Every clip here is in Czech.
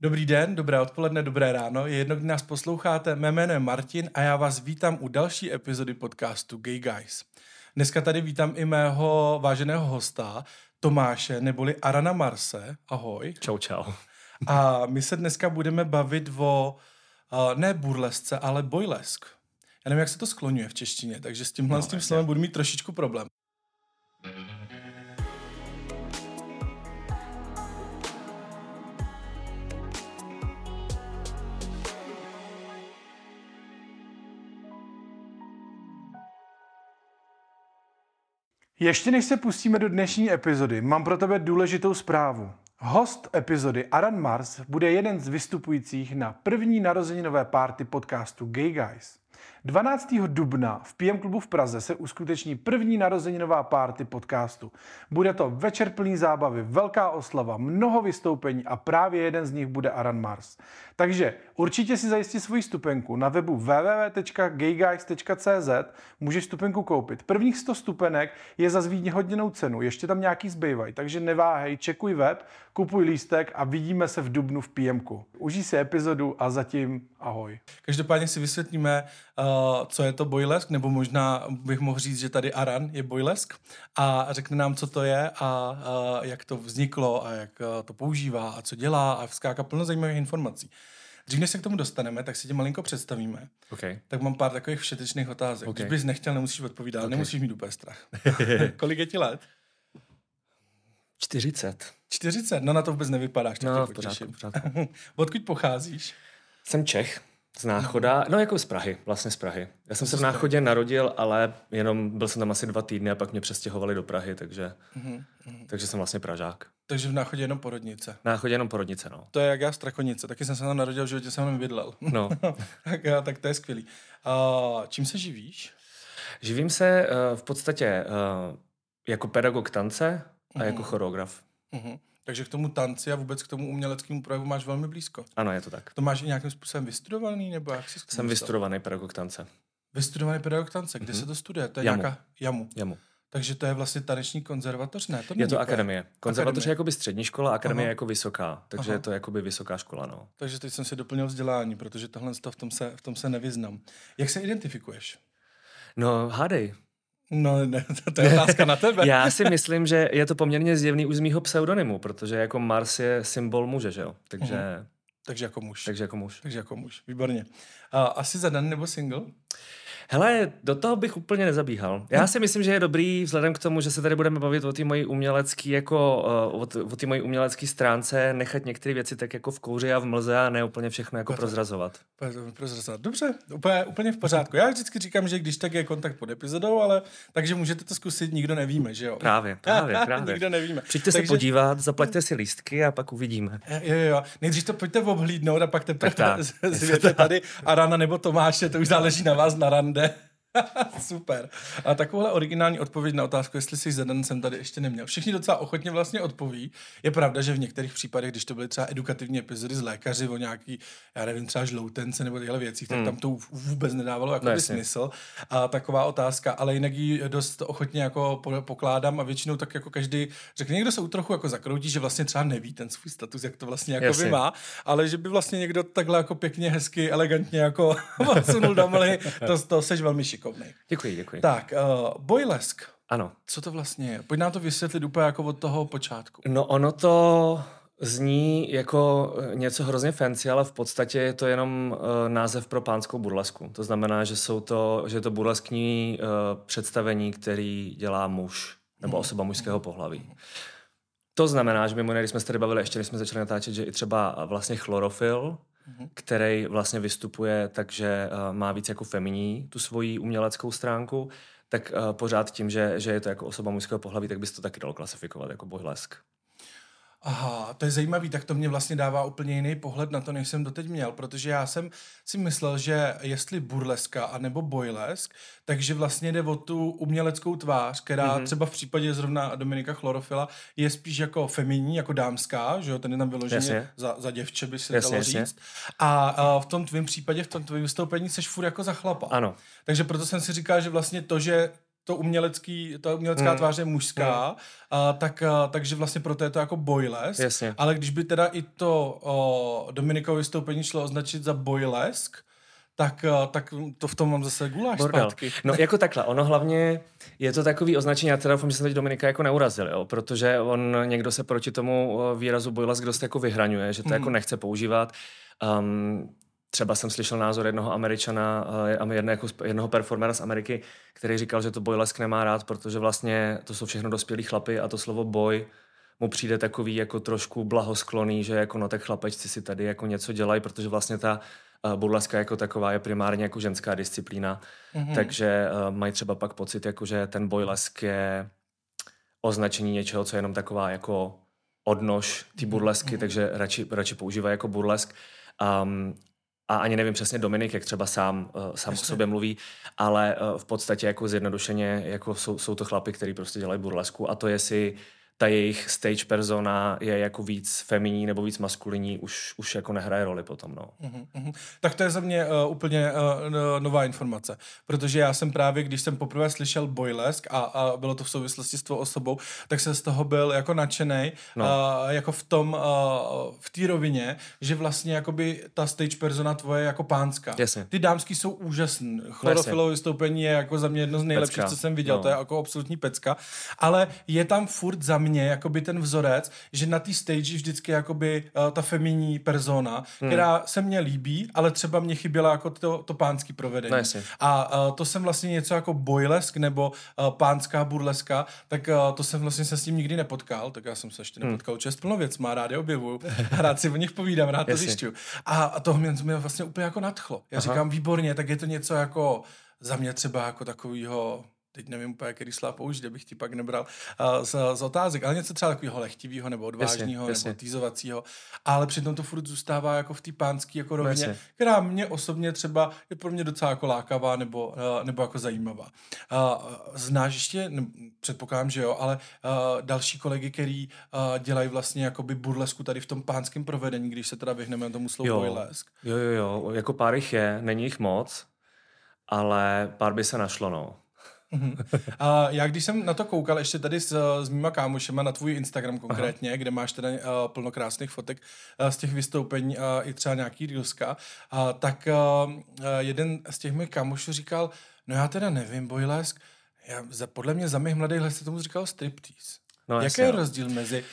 Dobrý den, dobré odpoledne, dobré ráno. Je jedno, kdy nás posloucháte. Mé jméno je Martin a já vás vítám u další epizody podcastu Gay Guys. Dneska tady vítám i mého váženého hosta, Tomáše, neboli Arana Marse. Ahoj. Čau, čau. A my se dneska budeme bavit o ne burlesce, ale boylesk. Já nevím, jak se to skloňuje v češtině, takže s tímhle slovem budu mít trošičku problém. Ještě než se pustíme do dnešní epizody, mám pro tebe důležitou zprávu. Host epizody Aran Mars bude jeden z vystupujících na první narozeninové party podcastu Gay Guys. 12. dubna v PM klubu v Praze se uskuteční první narozeninová party podcastu. Bude to večer plný zábavy, velká oslava, mnoho vystoupení a právě jeden z nich bude Aran Mars. Takže určitě si zajistí svoji stupenku na webu www.gayguys.cz, můžeš stupenku koupit. Prvních 100 stupenek je za zvýhodněnou cenu, ještě tam nějaký zbývají, takže neváhej, čekuj web, kupuj lístek a vidíme se v dubnu v PMku. Užij si epizodu a zatím ahoj. Každopádně si vysvětlíme, co je to boylesk, nebo možná bych mohl říct, že tady Aran je boylesk a řekne nám, co to je a jak to vzniklo a jak to používá a co dělá a vzkáká plno zajímavých informací. Dřív než se k tomu dostaneme, tak si tě malinko představíme. Okay. Tak mám pár takových všetečných otázek. Okay. Když bys nechtěl, nemusíš odpovídat, nemusíš mít úplně strach. Kolik je ti let? 40. 40? No na to vůbec nevypadáš. No, v pořádku. Odkud pocházíš? Jsem Čech, z Náchoda, no jako z Prahy, vlastně z Prahy. Já jsem se v Náchodě narodil, ale jenom byl jsem tam asi 2 týdny a pak mě přestěhovali do Prahy, takže jsem vlastně Pražák. Takže v Náchodě jenom porodnice. V Náchodě jenom porodnice, no. To je jak já Strakonice, taky jsem se tam narodil, v životě jsem tam bydlel. No. tak to je skvělý. Čím se živíš? Živím se v podstatě jako pedagog tance a jako choreograf. Takže k tomu tanci a vůbec k tomu uměleckému projevu máš velmi blízko. Ano, je to tak. To máš i nějakým způsobem vystudovaný, nebo jak jsi Jsem vystudovaný pedagog tance. Vystudovaný pedagog tance, kde se to studuje? To je Jamu. nějaká Jamu. Takže to je vlastně taneční konzervatoř, ne? Je to akademie. Konzervatoř je jakoby střední škola, akademie je jako vysoká, takže je to jakoby vysoká škola, no. Takže teď jsem si doplnil vzdělání, protože tohle v tom se nevyznám. Jak se identifikuješ? No, hádej. No, ne, to je otázka na tebe. Já si myslím, že je to poměrně zjevný už z mýho pseudonymu, protože jako Mars je symbol muže, že jo? Takže... Takže jako muž. Takže jako muž, výborně. Asi zadaný nebo single? Hele, do toho bych úplně nezabíhal. Já si myslím, že je dobrý vzhledem k tomu, že se tady budeme bavit o té mojí umělecký jako o té mojí umělecký stránce, nechat některé věci tak jako v kouři a v mlze a ne úplně všechno jako prozrazovat. Dobře, úplně v pořádku. Já vždycky říkám, že když tak je kontakt pod epizodou, ale takže můžete to zkusit, nikdo nevíme, že jo? Právě. Nikdo nevíme. Přijďte se podívat, zaplaťte si lístky a pak uvidíme. Jo. Nejdřív to pojďte obhlídnout a pak teprve zvěte tady Arana nebo Tomáše, to už záleží na vás na rande. Super. A takovouhle originální odpověď na otázku, jestli jsi zadaný, jsem tady ještě neměl. Všichni docela ochotně vlastně odpoví. Je pravda, že v některých případech, když to byly třeba edukativní epizody z lékaři o nějaký, já nevím, třeba žloutence nebo tyhle věcí, tak tam to vůbec nedávalo jako smysl. A taková otázka, ale jinak ji dost ochotně jako pokládám a většinou tak jako každý řekne, někdo se trochu jako zakroutí, že vlastně třeba neví ten svůj status, jak to vlastně jako by má, ale že by vlastně někdo takhle jako pěkně, hezky, elegantně jako odsunul do mlhy, to seš velmi šikovný. Děkuji. Tak, boylesk. Ano. Co to vlastně je? Pojď nám to vysvětlit úplně jako od toho počátku. No ono to zní jako něco hrozně fancy, ale v podstatě je to jenom název pro pánskou burlesku. To znamená, že je to burleskní představení, který dělá muž nebo osoba mužského pohlaví. To znamená, že mimo jiné, když jsme se tady bavili, ještě než jsme začali natáčet, že i třeba vlastně Chlorofil, který vlastně vystupuje, takže má víc jako feminí tu svoji uměleckou stránku, tak pořád tím, že je to jako osoba mužského pohlaví, tak bys to taky dalo klasifikovat jako boylesk. Aha, to je zajímavý, tak to mě vlastně dává úplně jiný pohled na to, než jsem doteď měl, protože já jsem si myslel, že jestli burleska anebo boylesk, takže vlastně jde o tu uměleckou tvář, která třeba v případě zrovna Dominika Chlorofila je spíš jako feminní, jako dámská, že jo, ten je tam vyloženě za děvče, by se dalo říct. A v tom tvém případě, v tom tvém vystoupení seš furt jako za chlapa. Ano. Takže proto jsem si říkal, že vlastně to, že ta umělecká tvář je mužská, takže vlastně proto je to jako boylesk. Jasně. Ale když by teda i to Dominikovo vystoupení šlo označit za boylesk, tak to v tom mám zase guláš zpátky. No jako takhle, ono hlavně je to takový označení, já teda doufám, že jsem teď Dominika jako neurazil, jo, protože někdo se proti tomu výrazu boylesk dost jako vyhraňuje, že to jako nechce používat. Třeba jsem slyšel názor jednoho Američana, jednoho performera z Ameriky, který říkal, že to boylesk nemá rád, protože vlastně to jsou všechno dospělí chlapy a to slovo boy mu přijde takový jako trošku blahoskloný, že jako no tak chlapečci si tady jako něco dělají, protože vlastně ta burleska jako taková je primárně jako ženská disciplína, takže mají třeba pak pocit, jako, že ten boylesk je označení něčeho, co je jenom taková jako odnož ty burlesky, takže radši používají jako burlesk. A ani nevím přesně Dominik, jak třeba sám o sobě mluví, ale v podstatě jako zjednodušeně jako jsou to chlapi, kteří prostě dělají burlesku a to jestli ta jejich stage persona je jako víc feminní nebo víc maskulinní, už jako nehraje roli potom, no. Tak to je za mě úplně nová informace, protože já jsem právě, když jsem poprvé slyšel boylesk a bylo to v souvislosti s tvou osobou, tak jsem z toho byl jako nadšenej, jako v té rovině, že vlastně jakoby ta stage persona tvoje jako pánská. Jasně. Ty dámský jsou úžasný. Chlorofilové vystoupení je jako za mě jedno z nejlepších, pecka. Co jsem viděl, to je jako absolutní pecka, ale je tam furt za mě jakoby ten vzorec, že na té stage vždycky jakoby ta feminní persona, která se mně líbí, ale třeba mě chyběla jako to pánský provedení. A to jsem vlastně něco jako boylesk nebo pánská burleska, tak to jsem vlastně se s tím nikdy nepotkal, tak já jsem se ještě nepotkal. Čest plno věc má, rád je objevuju, rád si o nich povídám, rád to zjišťuju. A to mě vlastně úplně jako nadchlo. Já říkám výborně, tak je to něco jako za mě třeba jako takovýho, teď nevím úplně, který slova použít, kde bych ti pak nebral z otázek, ale něco třeba takového lehtivého nebo odvážného nebo týzovacího, ale přitom to furt zůstává jako v té pánské jako rovině, která mě osobně třeba je pro mě docela jako lákavá nebo jako zajímavá. Znáš ještě, předpokládám, že jo, ale další kolegy, který dělají vlastně jakoby burlesku tady v tom pánském provedení, když se teda vyhneme tomu slovu boylesk. Jo, jako pár jich je, není jich moc, ale pár by se našlo, no. A já když jsem na to koukal ještě tady s mýma kámošema na tvůj Instagram konkrétně, kde máš teda plno krásných fotek z těch vystoupení a i třeba nějaký reelska, tak jeden z těch mých kámošů říkal, no já teda nevím, boylesk, podle mě za mých mladých let se tomu říkal striptease. Jaký je rozdíl mezi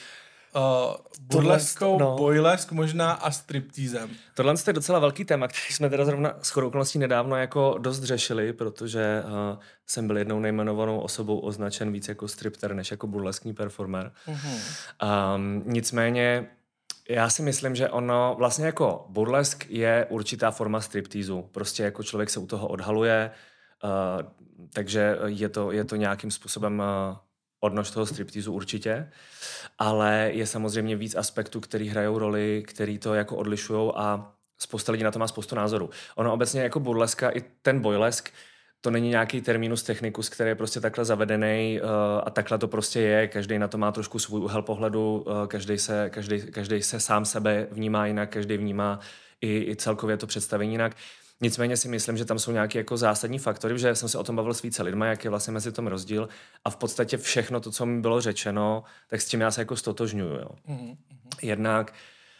burleskou, boylesk možná a stripteasem? Tohle je docela velký téma, který jsme teda zrovna shodou okolností nedávno jako dost řešili, protože jsem byl jednou nejmenovanou osobou označen víc jako stripter než jako burleskní performer. Nicméně já si myslím, že ono vlastně jako burlesk je určitá forma stripteasu. Prostě jako člověk se u toho odhaluje, takže je to nějakým způsobem odnož toho stripteasu určitě, ale je samozřejmě víc aspektů, který hrajou roli, který to jako odlišujou a spousta lidí na to má spoustu názorů. Ono obecně jako burleska i ten boylesk, to není nějaký terminus technicus, který je prostě takhle zavedený a takhle to prostě je. Každý na to má trošku svůj úhel pohledu, každý se sám sebe vnímá jinak, každý vnímá i celkově to představení jinak. Nicméně si myslím, že tam jsou nějaké jako zásadní faktory, že jsem se o tom bavil s více lidma, jak je vlastně mezi tom rozdíl a v podstatě všechno to, co mi bylo řečeno, tak s tím já se jako stotožňuju. Jo. Jednak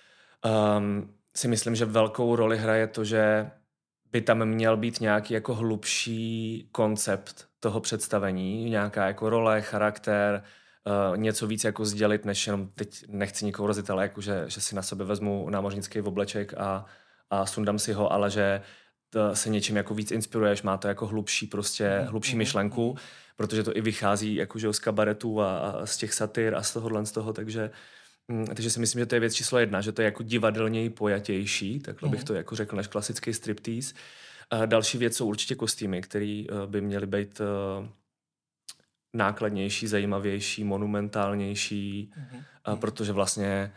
si myslím, že velkou roli hraje to, že by tam měl být nějaký jako hlubší koncept toho představení, nějaká jako role, charakter, něco víc jako sdělit, než jenom teď nechci nikoho rozit, ale jako, že si na sebe vezmu námořnický obleček a sundám si ho, ale že se něčím jako víc inspiruješ, má to jako hlubší myšlenku, protože to i vychází jako, z kabaretů a z těch satyr a z toho, takže si myslím, že to je věc číslo 1, že to je jako divadelněji pojatější, takhle bych to jako řekl, než klasický striptease. Další věc jsou určitě kostýmy, které by měly být nákladnější, zajímavější, monumentálnější, protože vlastně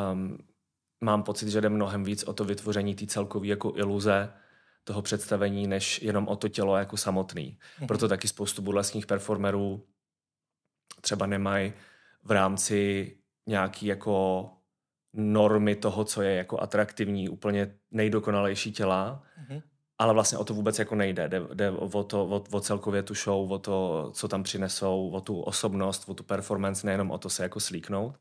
mám pocit, že jde mnohem víc o to vytvoření té celkové jako iluze toho představení, než jenom o to tělo jako samotný. Proto taky spoustu burleskních performerů třeba nemají v rámci nějaký jako normy toho, co je jako atraktivní, úplně nejdokonalejší těla, ale vlastně o to vůbec jako nejde. Jde o celkově tu show, o to, co tam přinesou, o tu osobnost, o tu performance, nejenom o to se jako slíknout.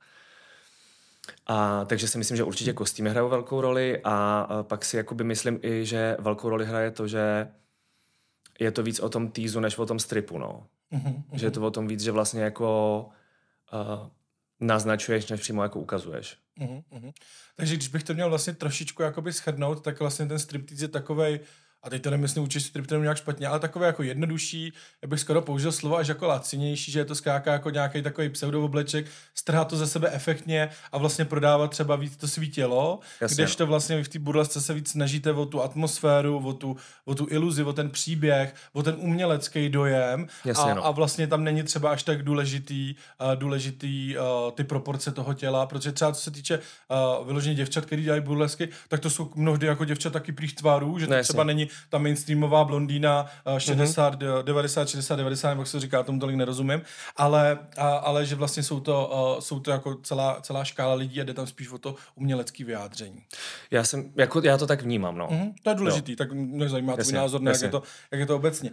A takže si myslím, že určitě kostýmy hrajou velkou roli a pak si jakoby myslím i, že velkou roli hraje to, že je to víc o tom teasu, než o tom stripu, no. Že je to o tom víc, že vlastně jako naznačuješ, než přímo jako ukazuješ. Takže když bych to měl vlastně trošičku jakoby shrnout, tak vlastně ten striptease je takovej, a teď to nemyslím určitě striptease nějak špatně, ale takové jako jednodušší, já bych skoro použil slovo až jako lacinější, že je to zkrátka jako nějaký takový pseudoobleček, strhat to ze sebe efektně a vlastně prodávat třeba víc to svý tělo, kdežto vlastně v té burlesce se víc snažíte o tu atmosféru, o tu iluzi, o ten příběh, o ten umělecký dojem a vlastně tam není třeba až tak důležitý ty proporce toho těla, protože třeba co se týče vyloženě děvčat, který dělají burlesky, tak to jsou mnohdy jako děvčat taky prých tvarů, že to třeba není ta mainstreamová blondýna 60, 90, 60, 90, nebo jak se říká, tomu tolik nerozumím, ale že vlastně jsou to jako celá škála lidí a jde tam spíš o to umělecké vyjádření. Já to tak vnímám, no. To je důležitý, tak mě zajímá tvůj názor, jak je to obecně.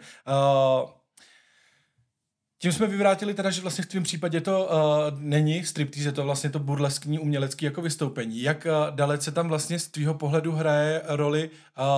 Tím jsme vyvrátili teda, že vlastně v tvém případě to není striptease, je to vlastně to burleskní umělecký jako vystoupení. Jak dalece tam vlastně z tvýho pohledu hraje roli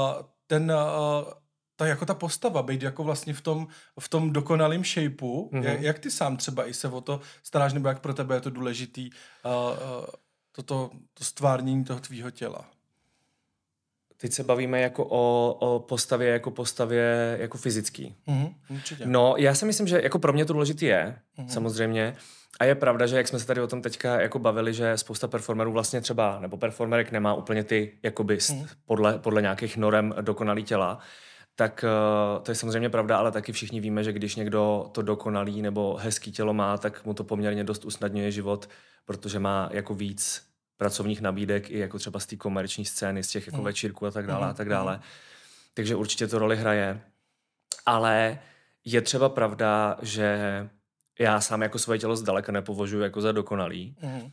ta postava, být jako vlastně v tom dokonalém shapeu. Jak ty sám třeba i se o to staráš, nebo jak pro tebe je to důležitý to stvárnění toho tvýho těla? Teď se bavíme jako o postavě jako fyzický. Určitě. No, já si myslím, že jako pro mě to důležitý je, samozřejmě. A je pravda, že jak jsme se tady o tom teďka jako bavili, že spousta performerů vlastně třeba, nebo performerek nemá úplně ty jakoby podle nějakých norem dokonalý těla, tak to je samozřejmě pravda, ale taky všichni víme, že když někdo to dokonalý nebo hezký tělo má, tak mu to poměrně dost usnadňuje život, protože má jako víc pracovních nabídek i jako třeba z té komerční scény, z těch jako večírků a tak dále. Takže určitě to roli hraje. Ale je třeba pravda, že já sám jako svoje tělo zdaleka nepovažuji jako za dokonalý.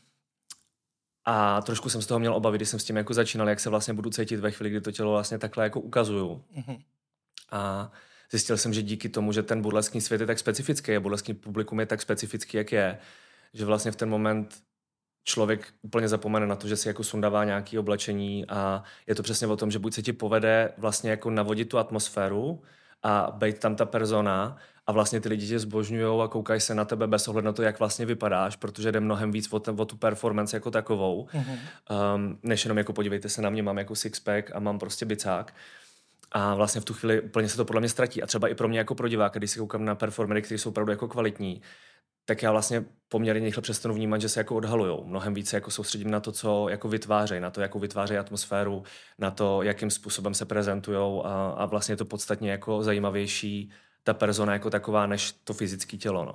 A trošku jsem z toho měl obavy, když jsem s tím jako začínal, jak se vlastně budu cítit ve chvíli, kdy to tělo vlastně takhle jako ukazuju. A zjistil jsem, že díky tomu, že ten burleský svět je tak specifický a burleský publikum je tak specifický, jak je, že vlastně v ten moment člověk úplně zapomene na to, že si jako sundává nějaké oblečení a je to přesně o tom, že buď se ti povede vlastně jako navodit tu atmosféru a být tam ta persona a vlastně ty lidi tě zbožňujou a koukají se na tebe bez ohledu na to, jak vlastně vypadáš, protože jde mnohem víc o tu performance jako takovou, než jenom jako podívejte se na mě, mám jako sixpack a mám prostě bicák. A vlastně v tu chvíli úplně se to podle mě ztratí. A třeba i pro mě jako pro diváka, když si koukám na performery, kteří jsou opravdu jako kvalitní, tak já vlastně poměrně rychle přestanu vnímat, že se jako odhalujou. Mnohem více jako soustředím na to, co jako vytvářejí, na to, jakou vytvářejí atmosféru, na to, jakým způsobem se prezentujou a vlastně je to podstatně jako zajímavější ta persona jako taková, než to fyzické tělo, no.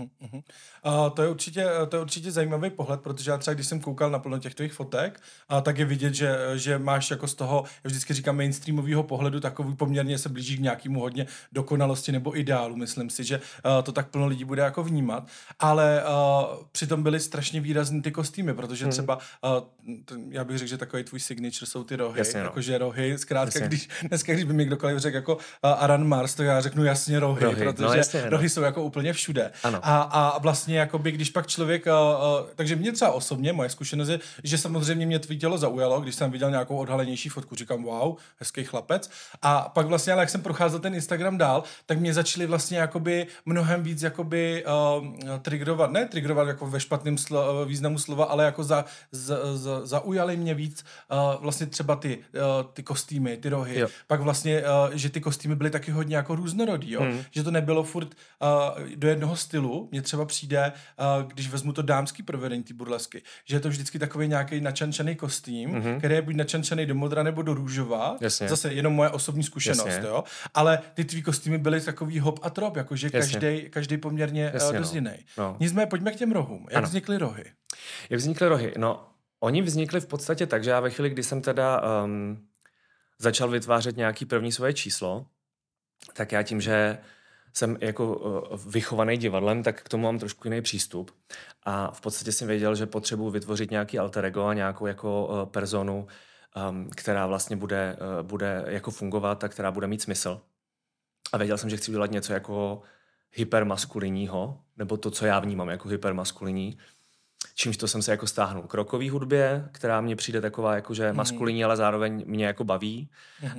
To je určitě zajímavý pohled, protože já třeba, když jsem koukal na plno těch tvých fotek, tak je vidět, že máš jako z toho, já vždycky říkám, mainstreamového pohledu takový poměrně se blíží k nějakému hodně dokonalosti nebo ideálu, myslím si, že to tak plno lidí bude jako vnímat, ale přitom byly strašně výrazný ty kostýmy, protože třeba, já bych řekl, že takový tvůj signature jsou ty rohy, jasně, no. Jakože rohy, zkrátka, když by mi kdokoliv řekl jako Aran Mars, to já řeknu jasně rohy, protože no, jasně, rohy jsou jako úplně všude. Ano. A vlastně jakoby, když pak člověk, takže mě třeba osobně, moje zkušenost je, že samozřejmě mě tvý tělo zaujalo, když jsem viděl nějakou odhalenější fotku, říkám wow, hezký chlapec. A pak vlastně, ale jak jsem procházel ten Instagram dál, tak mě začali vlastně jakoby mnohem víc jakoby triggerovat jako ve špatném významu slova, ale jako zaujali mě víc vlastně třeba ty kostýmy, ty rohy. Jo. Pak vlastně, že ty kostýmy byly taky hodně jako různorodý, jo? Že to nebylo furt do jednoho stylu. Mně třeba přijde, když vezmu to dámský provedení ty burlesky, že je to vždycky takový nějaký načančaný kostým, který je buď načančaný do modra nebo do růžova. Jasně. Zase jenom moje osobní zkušenost, jo? Ale ty tvý kostýmy byly takový hop a trop, jakože každý poměrně dost jiný. No. Nicméně pojďme k těm rohům. Jak vznikly rohy? Jak vznikly rohy? No, oni vznikly v podstatě tak, že já ve chvíli, kdy jsem teda začal vytvářet nějaký první svoje číslo, tak já tím, že jsem jako vychovaný divadlem, tak k tomu mám trošku jiný přístup. A v podstatě jsem věděl, že potřebuji vytvořit nějaký alter ego a nějakou jako personu, která vlastně bude jako fungovat a která bude mít smysl. A věděl jsem, že chci udělat něco jako hypermaskulinního, nebo to, co já vnímám jako hypermaskulinní, čímž to jsem se jako stáhnul k rockové hudbě, která mně přijde taková jakože maskulinní, ale zároveň mě jako baví.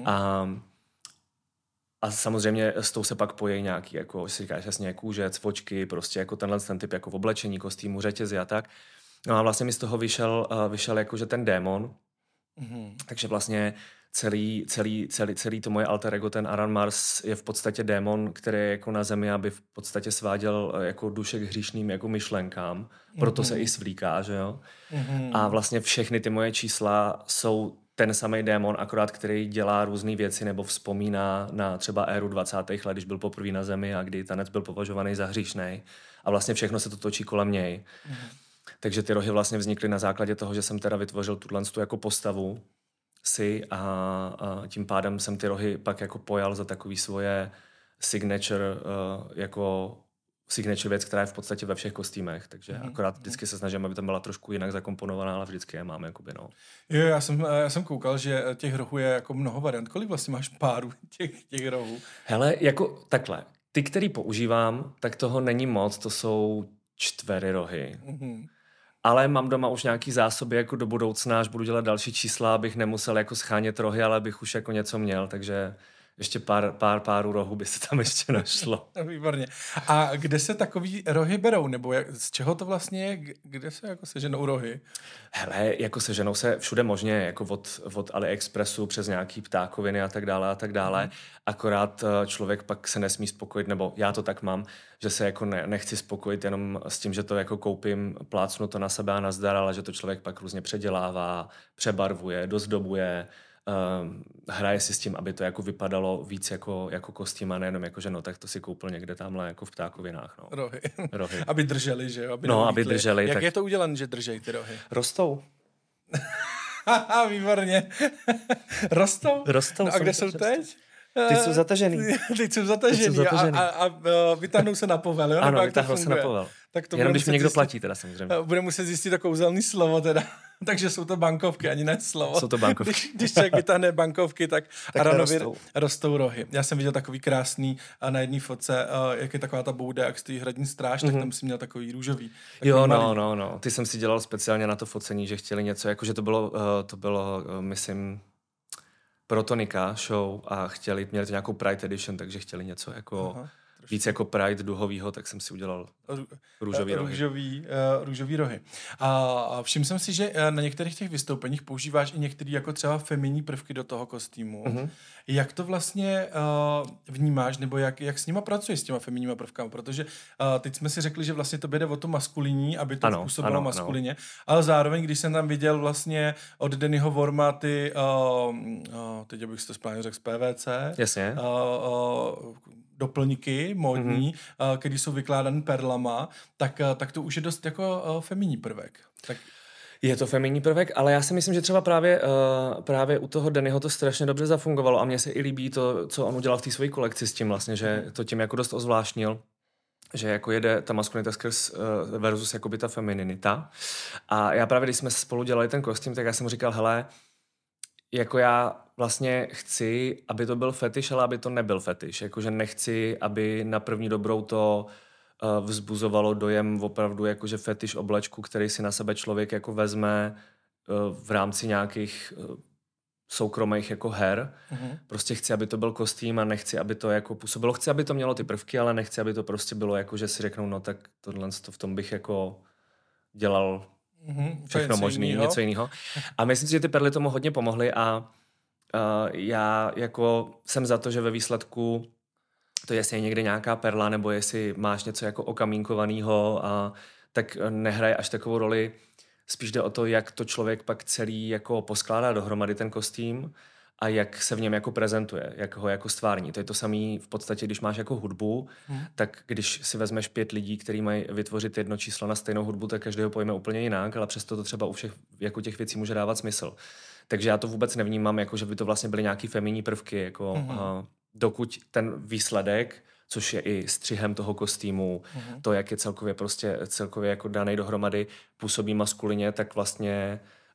A samozřejmě s tou se pak pojí nějaký, jako si říkáš jasně, kůže, cvočky, prostě jako ten typ jako v oblečení, kostýmu, řetězy a tak. No a vlastně mi z toho vyšel jakože ten démon. Takže vlastně celý to moje alter ego, ten Aran Mars, je v podstatě démon, který je jako na zemi, aby v podstatě sváděl jako duše k hříšným jako myšlenkám. Proto se i svlíká, že jo? A vlastně všechny ty moje čísla jsou ten samý démon, akorát který dělá různé věci nebo vzpomíná na třeba éru 20. let, když byl poprvé na zemi a kdy tanec byl považovaný za hříšnej. A vlastně všechno se to točí kolem něj. Takže ty rohy vlastně vznikly na základě toho, že jsem teda vytvořil tu jako postavu si a tím pádem jsem ty rohy pak jako pojal za takový svoje signature věc, která je v podstatě ve všech kostýmech, takže akorát vždycky se snažím, aby tam byla trošku jinak zakomponovaná, ale vždycky je mám, jakoby, no. Jo, já jsem koukal, že těch rohů je jako mnoho variant. Kolik vlastně máš párů těch rohů? Hele, jako takhle, ty, který používám, tak toho není moc, to jsou 4 rohy. Ale mám doma už nějaký zásoby jako do budoucna, až budu dělat další čísla, abych nemusel jako schánět rohy, ale bych už jako něco měl, takže ještě pár rohů by se tam ještě našlo. Výborně. A kde se takový rohy berou? Nebo z čeho to vlastně je? Kde se jako seženou rohy? Hele, jako seženou se všude možně, jako od AliExpressu přes nějaký ptákoviny a tak dále. Akorát člověk pak se nesmí spokojit, nebo já to tak mám, že se jako nechci spokojit jenom s tím, že to jako koupím, plácnu to na sebe a nazdar, ale že to člověk pak různě předělává, přebarvuje, dozdobuje, hraje si s tím, aby to jako vypadalo víc jako kostým a nejenom jako, že no, tak to si koupil někde tamhle jako v ptákovinách, no. Rohy. Aby drželi, že jo? Aby drželi. Jak je to udělané, že držej ty rohy? Rostou. Výborně. Rostou? No a kde jsou teď? Teď jsou zatažený. A vytáhnou se na povel, jo? Ano, vytáhnou se na povel. Tak to jenom když mi někdo platí teda samozřejmě. Bude muset zjistit to kouzelný slovo teda. Takže jsou to bankovky, ani ne slovo. Jsou to bankovky. Když člověk vytáhne bankovky, tak Aranovi rostou rohy. Já jsem viděl takový krásný na jedné fotce, jak je taková ta bouda, jak stojí hradní stráž, tak tam si měl takový růžový. Jo, no. Ty jsem si dělal speciálně na to focení, že chtěli něco, jakože to bylo, myslím, Protonika show a měli to nějakou Pride Edition, takže chtěli něco jako víc jako Pride duhovýho, tak jsem si udělal růžový rohy. Růžový rohy. A všiml jsem si, že na některých těch vystoupeních používáš i některé jako třeba feminní prvky do toho kostýmu. Jak to vlastně vnímáš, nebo jak s nima pracuješ s těma feminníma prvkami? Protože teď jsme si řekli, že vlastně to jde o to maskulinní, aby to působilo maskulině, ale zároveň, když jsem tam viděl vlastně od Dannyho Worma ty, teď bych si to správně řekl z PVC, jasně. doplňky módní, které jsou vykládané perlama, tak to už je dost jako feminní prvek. Tak... Je to feminní prvek, ale já si myslím, že třeba právě u toho Dannyho to strašně dobře zafungovalo a mně se i líbí to, co on udělal v té své kolekci s tím vlastně, že to tím jako dost ozvláštnil, že jako jede ta maskulinita skrz versus jakoby ta femininita. A já právě, když jsme spolu dělali ten kostým, tak já jsem mu říkal, hele, jako já vlastně chci, aby to byl fetiš, ale aby to nebyl fetiš. Jakože nechci, aby na první dobrou to vzbuzovalo dojem opravdu jakože fetiš oblečku, který si na sebe člověk jako vezme v rámci nějakých soukromých jako her. Prostě chci, aby to byl kostým a nechci, aby to jako působilo. Chci, aby to mělo ty prvky, ale nechci, aby to prostě bylo jako, že si řeknou, no tak tohle v tom bych jako dělal všechno možný, něco jiného. A myslím si, že ty perly tomu hodně pomohly a já jako jsem za to, že ve výsledku to jestli je někde nějaká perla, nebo jestli máš něco jako okamínkovaného, tak nehraje až takovou roli. Spíš jde o to, jak to člověk pak celý jako poskládá dohromady ten kostým a jak se v něm jako prezentuje, jak ho jako stvární. To je to samé v podstatě, když máš jako hudbu, tak když si vezmeš 5 lidí, kteří mají vytvořit jedno číslo na stejnou hudbu, tak každého pojme úplně jinak, ale přesto to třeba u všech jako těch věcí může dávat smysl. Takže já to vůbec nevnímám, jako že by to vlastně byly nějaký feminní prvky, jako dokud ten výsledek, což je i střihem toho kostýmu, to, jak je celkově jako danej dohromady, působí maskulině, tak vlastně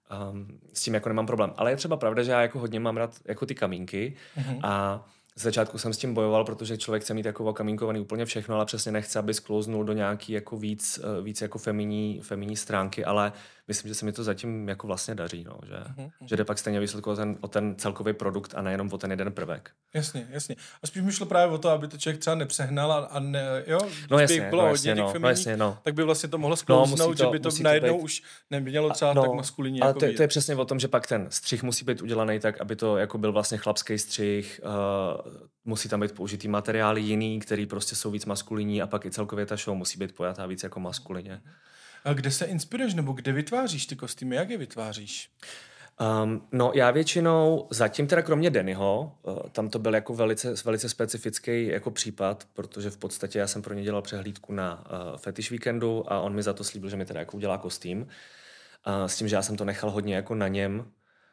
S tím jako nemám problém. Ale je třeba pravda, že já jako hodně mám rád jako ty kamínky a z začátku jsem s tím bojoval, protože člověk chce mít jako kamínkovaný úplně všechno, ale přesně nechce, aby sklouznul do nějaký jako víc jako feminní stránky, ale myslím, že se mi to zatím jako vlastně daří, no, že jde pak stejně výsledku o ten celkový produkt a nejenom o ten jeden prvek. Jasně. A spíš mi šlo právě o to, aby to člověk třeba nepřehnal a ne, jo? No jasně, by bylo hodně těch feminních, tak by vlastně to mohlo sklouznout, že by to najednou už nemělo třeba tak maskulinní. Ale to je přesně o tom, že pak ten střih musí být udělaný tak, aby to jako byl vlastně chlapský střih, musí tam být použitý materiály jiný, který prostě jsou víc maskulinní a pak i celkově ta show musí být pojatá víc jako maskulině. A kde se inspiruješ nebo kde vytváříš ty kostýmy, jak je vytváříš? No já většinou, zatím teda kromě Dannyho, tam to byl jako velice specifický jako případ, protože v podstatě já jsem pro ně dělal přehlídku na Fetish Weekendu a on mi za to slíbil, že mi teda jako udělá kostým. S tím, že já jsem to nechal hodně jako na něm,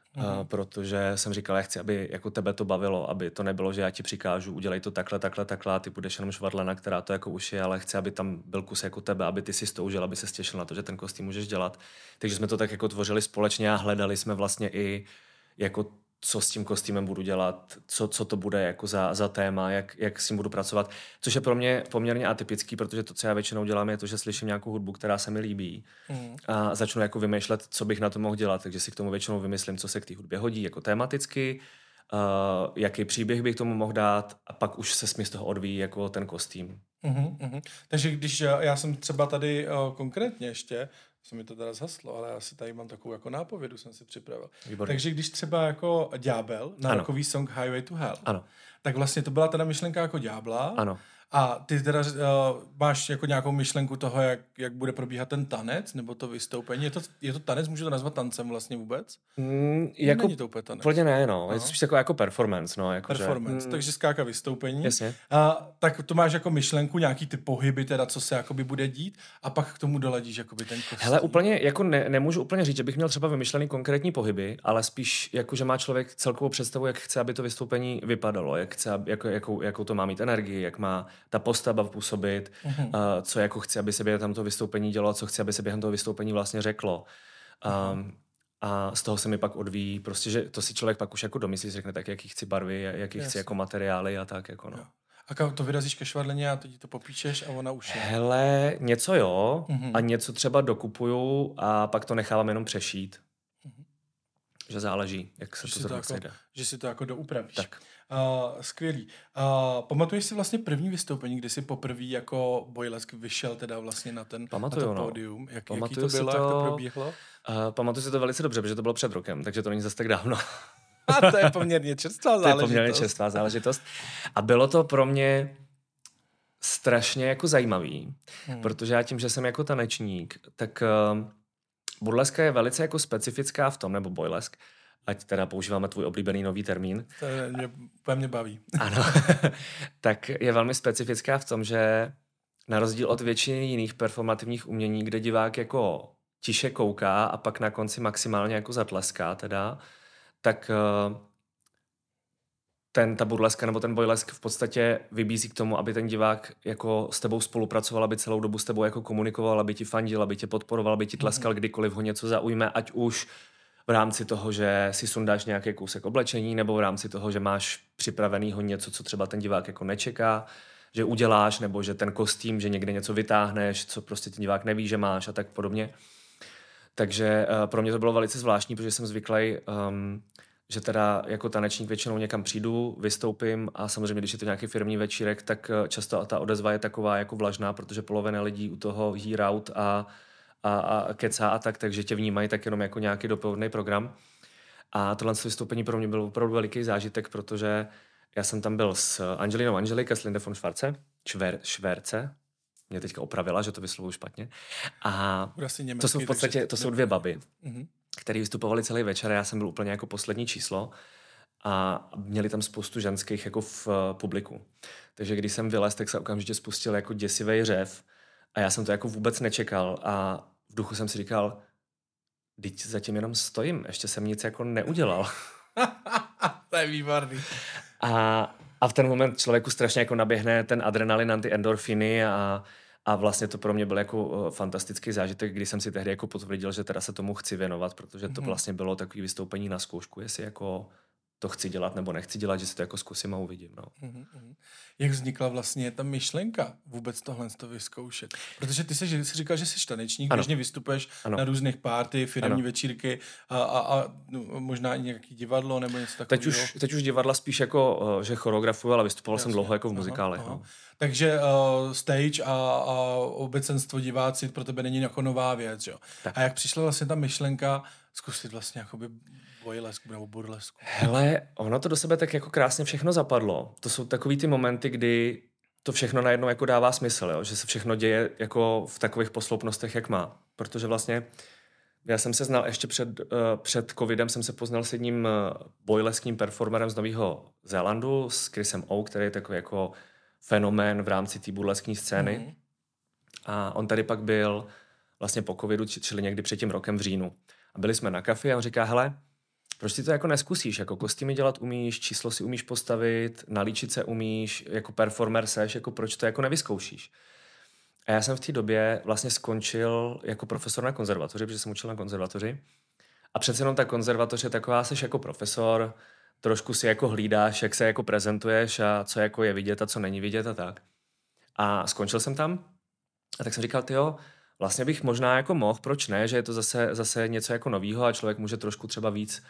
protože jsem říkal, já chci, aby jako tebe to bavilo, aby to nebylo, že já ti přikážu, udělej to takhle, a ty budeš jenom švadlena, která to jako už je, ale chci, aby tam byl kus jako tebe, aby ty si to užil, aby se těšil na to, že ten kostým můžeš dělat. Takže jsme to tak jako tvořili společně a hledali jsme vlastně i jako co s tím kostýmem budu dělat, co to bude jako za téma, jak s tím budu pracovat, což je pro mě poměrně atypický, protože to, co já většinou dělám, je to, že slyším nějakou hudbu, která se mi líbí a začnu jako vymýšlet, co bych na to mohl dělat, takže si k tomu většinou vymyslím, co se k té hudbě hodí jako tematicky, jaký příběh bych tomu mohl dát a pak už se z toho odvíjí jako ten kostým. Takže když já jsem třeba tady konkrétně ještě, se mi to teda zhaslo, ale já si tady mám takovou jako nápovědu, jsem si připravil. Výborný. Takže když třeba jako Ďábel, nárokový song Highway to Hell, ano. tak vlastně to byla teda myšlenka jako Ďábla. Ano. A ty teda máš jako nějakou myšlenku toho, jak bude probíhat ten tanec, nebo to vystoupení? Je to tanec? Můžu to nazvat tancem vlastně vůbec? Jako není to úplně tanec. Úplně ne, no. Je to spíš jako performance, no. Jako performance, takže skáka vystoupení. Jasně. Tak to máš jako myšlenku, nějaký ty pohyby, teda co se jakoby bude dít a pak k tomu doladíš jakoby ten kostým. Hele, úplně jako nemůžu úplně říct, že bych měl třeba vymyšlený konkrétní pohyby, ale spíš jako, že má člověk celkovou představu, jak chce, aby to vystoupení vypadalo, jak chce, jakou to má mít energii, jak má ta postava působit, co jako chce, aby se během tam toho vystoupení dělalo, co chce, aby se během toho vystoupení vlastně řeklo. A z toho se mi pak odvíjí, prostě, že to si člověk pak už jako domyslí, řekne tak, jaký chci barvy, jaký chci jako materiály a tak jako no. Jo. A to vyrazíš ke švadleně a teď to popíčeš a ona už je. Hele, něco jo a něco třeba dokupuju a pak to nechávám jenom přešít. Že záleží, jak se to zrovna sejde. Že si to jako doupravíš. Tak. Skvělý. Pamatuješ si vlastně první vystoupení, kdy jsi poprvé jako Boylesk vyšel teda vlastně na to pódium? Jaký to bylo, jak to probíhlo? Pamatuju si to velice dobře, protože to bylo před rokem, takže to není zase tak dávno. A to je poměrně čerstvá záležitost. A bylo to pro mě strašně jako zajímavý, protože já tím, že jsem jako tanečník, tak burleska je velice jako specifická v tom, nebo boylesk, ať teda používáme tvůj oblíbený nový termín. To mě baví. Ano, tak je velmi specifická v tom, že na rozdíl od většiny jiných performativních umění, kde divák jako tiše kouká a pak na konci maximálně jako zatleská teda, tak ta burleska nebo ten boylesk v podstatě vybízí k tomu, aby ten divák jako s tebou spolupracoval, aby celou dobu s tebou jako komunikoval, aby ti fandil, aby tě podporoval, aby ti tleskal, kdykoliv ho něco zaujme, ať už v rámci toho, že si sundáš nějaký kousek oblečení, nebo v rámci toho, že máš připravenýho něco, co třeba ten divák jako nečeká, že uděláš, nebo že ten kostým, že někde něco vytáhneš, co prostě ten divák neví, že máš a tak podobně. Takže pro mě to bylo velice zvláštní, protože jsem zvyklý, že teda jako tanečník většinou někam přijdu, vystoupím a samozřejmě, když je to nějaký firmní večírek, tak často ta odezva je taková jako vlažná, protože polovina lidí u toho jí raut a kecá a tak, takže tě vnímají tak jenom jako nějaký doprovodný program. A tohle vystoupení pro mě byl opravdu veliký zážitek, protože já jsem tam byl s Angelinou Angelika, s Linde von Schwerze, mě teďka opravila, že to vyslovuju špatně. A to jsou v podstatě, to jsou dvě baby, které vystupovaly celý večer a já jsem byl úplně jako poslední číslo a měli tam spoustu ženských jako v publiku. Takže když jsem vylez, tak se okamžitě spustil jako děsivý řev a já jsem to jako vůbec nečekal a v duchu jsem si říkal, teď zatím jenom stojím, ještě jsem nic jako neudělal. To je výborný. A v ten moment člověku strašně jako naběhne ten adrenalin, ty endorfiny a A vlastně to pro mě byl jako fantastický zážitek, kdy jsem si tehdy jako potvrdil, že teda se tomu chci věnovat, protože to vlastně bylo takový vystoupení na zkoušku, jestli jako to chci dělat nebo nechci dělat, že si to jako zkusím a uvidím. No. Jak vznikla vlastně ta myšlenka vůbec tohle to vyzkoušet? Protože ty jsi říkal, že jsi tanečník, běžně vystupuješ na různých party, firemní večírky a možná i nějaký divadlo nebo něco takového. Teď už divadla spíš jako, že choreografuju, ale vystupoval jsem dlouho jako v muzikálech. No. Takže stage a obecenstvo diváci pro tebe není jako nová věc, jo? A jak přišla vlastně ta myšlenka zkusit vlastně jakoby bojlesku nebo burlesku? Hele, ono to do sebe tak jako krásně všechno zapadlo. To jsou takový ty momenty, kdy to všechno najednou jako dává smysl, jo? Že se všechno děje jako v takových posloupnostech, jak má. Protože vlastně já jsem se znal ještě před covidem, jsem se poznal s jedním bojleským performerem z Nového Zélandu, s Chrisem O, který je takový jako fenomén v rámci té burleskní scény. A on tady pak byl vlastně po covidu, čili někdy před tím rokem v říjnu. A byli jsme na kafi a on říká, hele, proč ty to jako neskusíš? Jako kostýmy dělat umíš, číslo si umíš postavit, nalíčit se umíš, jako performer seš, jako proč to jako nevyzkoušíš? A já jsem v té době vlastně skončil jako profesor na konzervatoři, protože jsem učil na konzervatoři. A přece jenom ta konzervatoř je taková, seš jako profesor, trošku si jako hlídáš, jak se jako prezentuješ a co jako je vidět a co není vidět a tak. A skončil jsem tam a tak jsem říkal, tyjo, vlastně bych možná jako mohl, proč ne, že je to zase něco jako novýho a člověk může trošku třeba víc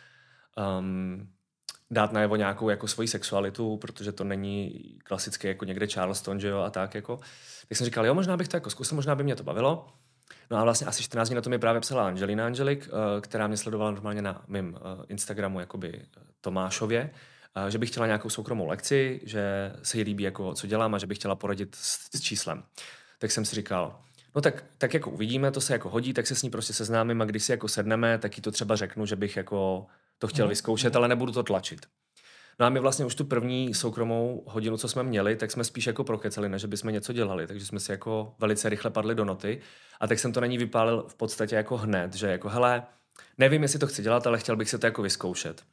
dát najevo nějakou jako svoji sexualitu, protože to není klasicky jako někde Charleston, že jo, a tak jako. Tak jsem říkal, jo, možná bych to jako zkusil, možná by mě to bavilo. No a vlastně asi 14 dní na to mi právě psala Angelina Angelik, která mě sledovala normálně na mým Instagramu jakoby Tomášově, že bych chtěla nějakou soukromou lekci, že se jí líbí, jako, co dělám a že bych chtěla poradit s číslem. Tak jsem si říkal, no tak jako uvidíme, to se jako hodí, tak se s ní prostě seznámím a když si jako sedneme, tak jí to třeba řeknu, že bych jako to chtěl vyzkoušet, ale nebudu to tlačit. No a my vlastně už tu první soukromou hodinu, co jsme měli, tak jsme spíš jako prokecali, než bychom něco dělali, takže jsme si jako velice rychle padli do noty a tak jsem to na ní vypálil v podstatě jako hned, že jako hele, nevím, jestli to chci dělat, ale chtěl bych si to jako vyzkoušet.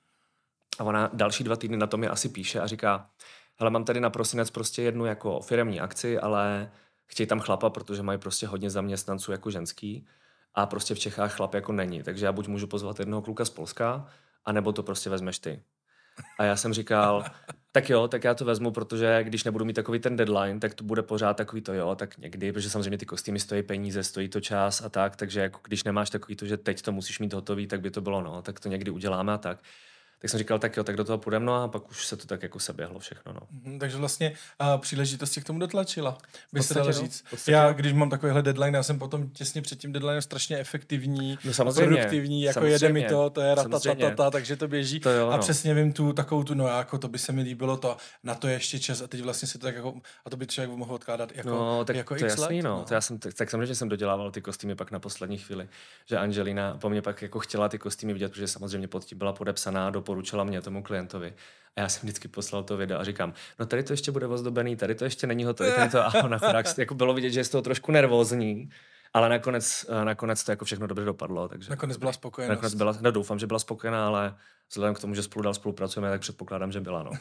A ona další 2 týdny na to mi asi píše a říká, hele, mám tady na prosinec prostě jednu jako firemní akci, ale chtějí tam chlapa, protože mají prostě hodně zaměstnanců jako ženský a prostě v Čechách chlap jako není, takže já buď můžu pozvat jednoho kluka z Polska, anebo to prostě vezmeš ty. A já jsem říkal, tak jo, tak já to vezmu, protože když nebudu mít takový ten deadline, tak to bude pořád takový to jo, tak někdy, protože samozřejmě ty kostýmy stojí peníze, stojí to čas a tak, takže jako když nemáš takový to, že teď to musíš mít hotový, tak by to bylo no, tak to někdy uděláme a tak. Tak jsem říkal, tak jo, tak do toho půjdeme, no a pak už se to tak jako seběhlo všechno, no. Takže vlastně příležitost tě k tomu dotlačila, by se dalo říct. Já, když mám takovýhle deadline, já jsem potom těsně před tím deadlinem strašně efektivní, produktivní, jako jede mi to je ratatatata, takže to běží to jo, a přesně vím takovou tu, no jako to by se mi líbilo, to na to ještě čas a teď vlastně si to tak jako, a to by člověk mohl odkládat jako, no, tak jako to x jasný, let. No. To já jsem, tak samozřejmě jsem dodělával ty kostýmy pak na poslední chvíli, že Angelina po mně pak jako chtěla ty kostýmy vidět, protože samozřejmě pod tím byla podepsaná, doporučila mě tomu klientovi. A já jsem vždycky poslal to video a říkám, no tady to ještě bude ozdobený, tady to ještě není hotový, tady to a ona chudák, jako bylo vidět, že je z toho trošku nervózní, ale nakonec to jako všechno dobře dopadlo. Takže nakonec byla spokojenost. Doufám, že byla spokojená, ale vzhledem k tomu, že spolu dál spolupracujeme, tak předpokládám, že byla, no.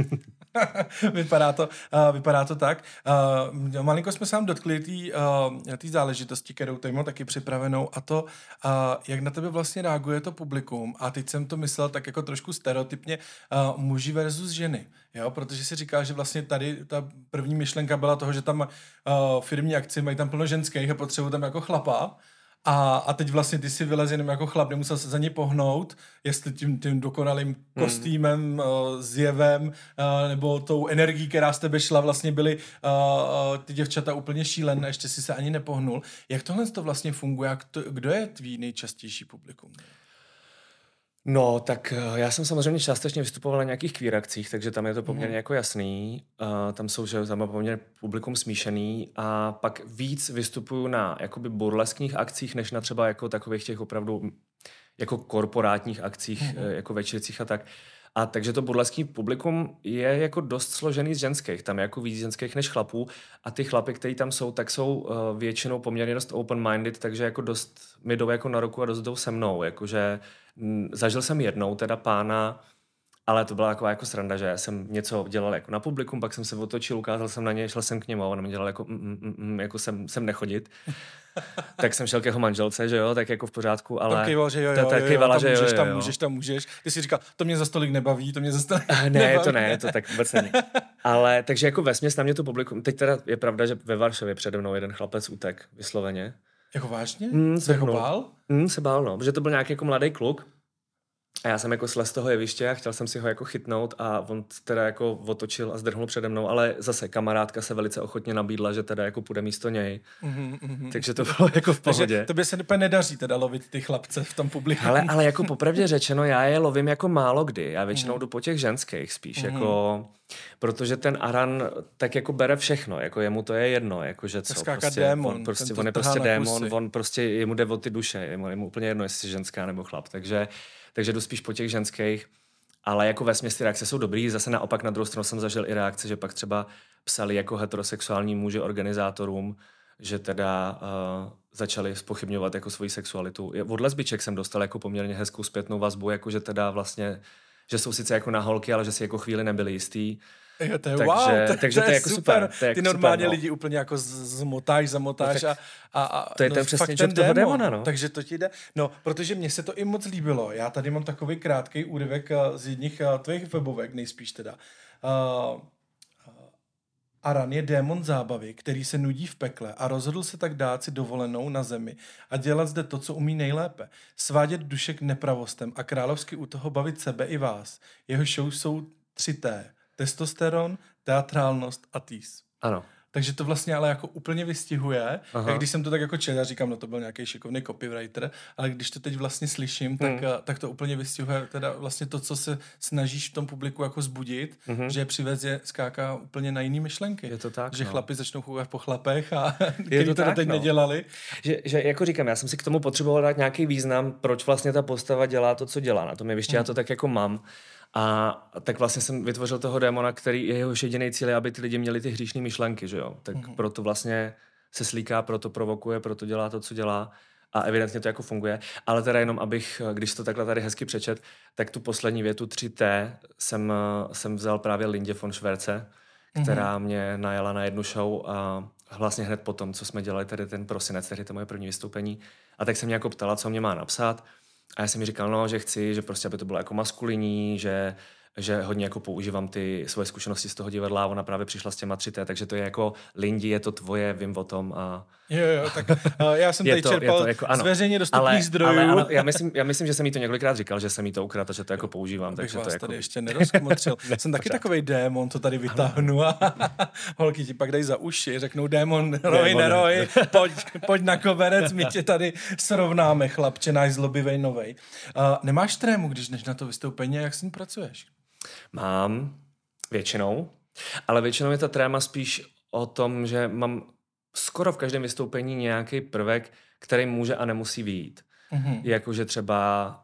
Vypadá to tak. Malinko jsme se vám dotkli té záležitosti, kterou tady mám taky připravenou, a to, jak na tebe vlastně reaguje to publikum. A teď jsem to myslel tak jako trošku stereotypně muži versus ženy. Jo? Protože si říká, že vlastně tady ta první myšlenka byla toho, že tam firmní akci mají tam plno ženských a potřebují tam jako chlapa. A teď vlastně ty si vylez jenom jako chlap, nemusel se za ně pohnout, jestli tím dokonalým kostýmem, zjevem, nebo tou energií, která z tebe šla, vlastně byly ty děvčata úplně šílené, ještě si se ani nepohnul. Jak tohle to vlastně funguje? Kdo je tvý nejčastější publikum? No, tak já jsem samozřejmě částečně vystupoval na nějakých queer akcích, takže tam je to poměrně jako jasný. Tam jsou, že tam je poměrně publikum smíšený a pak víc vystupuju na jakoby burleskních akcích, než na třeba jako takových těch opravdu jako korporátních akcích, jako večercích a tak. A takže to burleský publikum je jako dost složený z ženských, tam je jako víc ženských než chlapů a ty chlapy, kteří tam jsou, tak jsou většinou poměrně dost open-minded, takže jako dost mi jdou jako na ruku a dost jdou se mnou, jakože zažil jsem jednou teda pána, Ale to byla taková jako sranda, že jsem něco dělal jako na publikum, pak jsem se otočil, ukázal jsem na něj, šel jsem k němu a on mi dělal jako sem nechodit. Tak jsem šel k jeho manželce, že jo, tak jako v pořádku, ale... Tam kejval, že jo, tam můžeš. Ty jsi říkal, to mě za stolik nebaví, Ne, to tak vůbec není. Ale takže jako vesměs na mě to publikum, teď teda je pravda, že ve Varšavě přede mnou jeden chlapec utek vysloveně. Jako vážně? Se ho bál? Se bál, no, protože to byl nějaký jako mladý kluk. A já jsem jako slez z toho jeviště a chtěl jsem si ho jako chytnout a on teda jako otočil a zdrhnul přede mnou, ale zase kamarádka se velice ochotně nabídla, že teda jako půjde místo něj. Takže to bylo jako v pohodě. Takže tobě se úplně nedaří teda lovit ty chlapce v tom publiku. Ale jako popravdě řečeno, já je lovím jako málo kdy. Já většinou jdu po těch ženských spíš, jako... Protože ten Aran tak jako bere všechno, jako jemu to je jedno, jakože co. Démon, on je prostě démon, on prostě jemu jde o ty duše, jemu úplně jedno, jestli ženská nebo chlap, takže jdu spíš po těch ženských, ale jako vesměs ty reakce jsou dobrý, zase naopak na druhou stranu jsem zažil i reakce, že pak třeba psali jako heterosexuální muži organizátorům, že teda začali zpochybňovat jako svoji sexualitu. Od lesbiček jsem dostal jako poměrně hezkou zpětnou vazbu, jako že teda vlastně, že jsou sice jako na holky, ale že si jako chvíli nebyli jistý. Jo, to je takže to je jako super. Ty normálně lidi úplně jako zamotáš no, a to je ten přesně job toho démona, no. Takže to ti jde. No, protože mně se to i moc líbilo. Já tady mám takový krátký úryvek z jedních tvých webovek, nejspíš teda. Aran je démon zábavy, který se nudí v pekle a rozhodl se tak dát si dovolenou na zemi a dělat zde to, co umí nejlépe. Svádět duše k nepravostem a královsky u toho bavit sebe i vás. Jeho show jsou 3T. Testosteron, teatrálnost a tease. Ano. Takže to vlastně ale jako úplně vystihuje. A když jsem to tak jako četl, říkám, no to byl nějaký šikovný copywriter, ale když to teď vlastně slyším, tak to úplně vystihuje teda vlastně to, co se snažíš v tom publiku jako zbudit, že přivez je skáká úplně na jiný myšlenky. Je to tak, že chlapi začnou chouvat po chlapech a kteří to teď nedělali. Že jako říkám, já jsem si k tomu potřeboval dát nějaký význam, proč vlastně ta postava dělá to, co dělá. Na tom jevišti já to tak jako mám. A tak vlastně jsem vytvořil toho démona, který je jehož jediný cíl, aby ty lidi měli ty hříšné myšlenky, že jo. Tak proto vlastně se slíká, proto provokuje, proto dělá to, co dělá a evidentně to jako funguje. Ale teda jenom, abych, když to takhle tady hezky přečet, tak tu poslední větu 3T jsem vzal právě Lindě von Schwerze, která mě najala na jednu show a vlastně hned potom, co jsme dělali tady ten prosinec, tady to moje první vystoupení. A tak se mě jako ptala, co mě má napsat. A já jsem mi říkal, no, že chci, že prostě, aby to bylo jako maskulinní, že hodně jako používám ty svoje zkušenosti z toho divadla a ona právě přišla s těma 3T, takže to je jako Lindi, je to tvoje, vím o tom a... Jo, tak já jsem tady čerpal jako, z veřejně dostupných zdrojů. Ale ano, já myslím, že jsem jí to několikrát říkal, že jsem jí to ukradl, že to jako používám. Takže vás to tady jako... ještě nerozkmotřil. Jsem taky takovej démon, to tady vytáhnu a holky ti pak dají za uši, řeknou démon, roj, neroj, pojď na koberec, my tě tady srovnáme, chlapče, náš zlobivej novej. Nemáš trému, když jdeš na to vystoupení, jak s ním pracuješ? Mám, většinou, ale většinou je ta tréma spíš o tom, že mám skoro v každém vystoupení nějaký prvek, který může a nemusí vyjít. Jakože třeba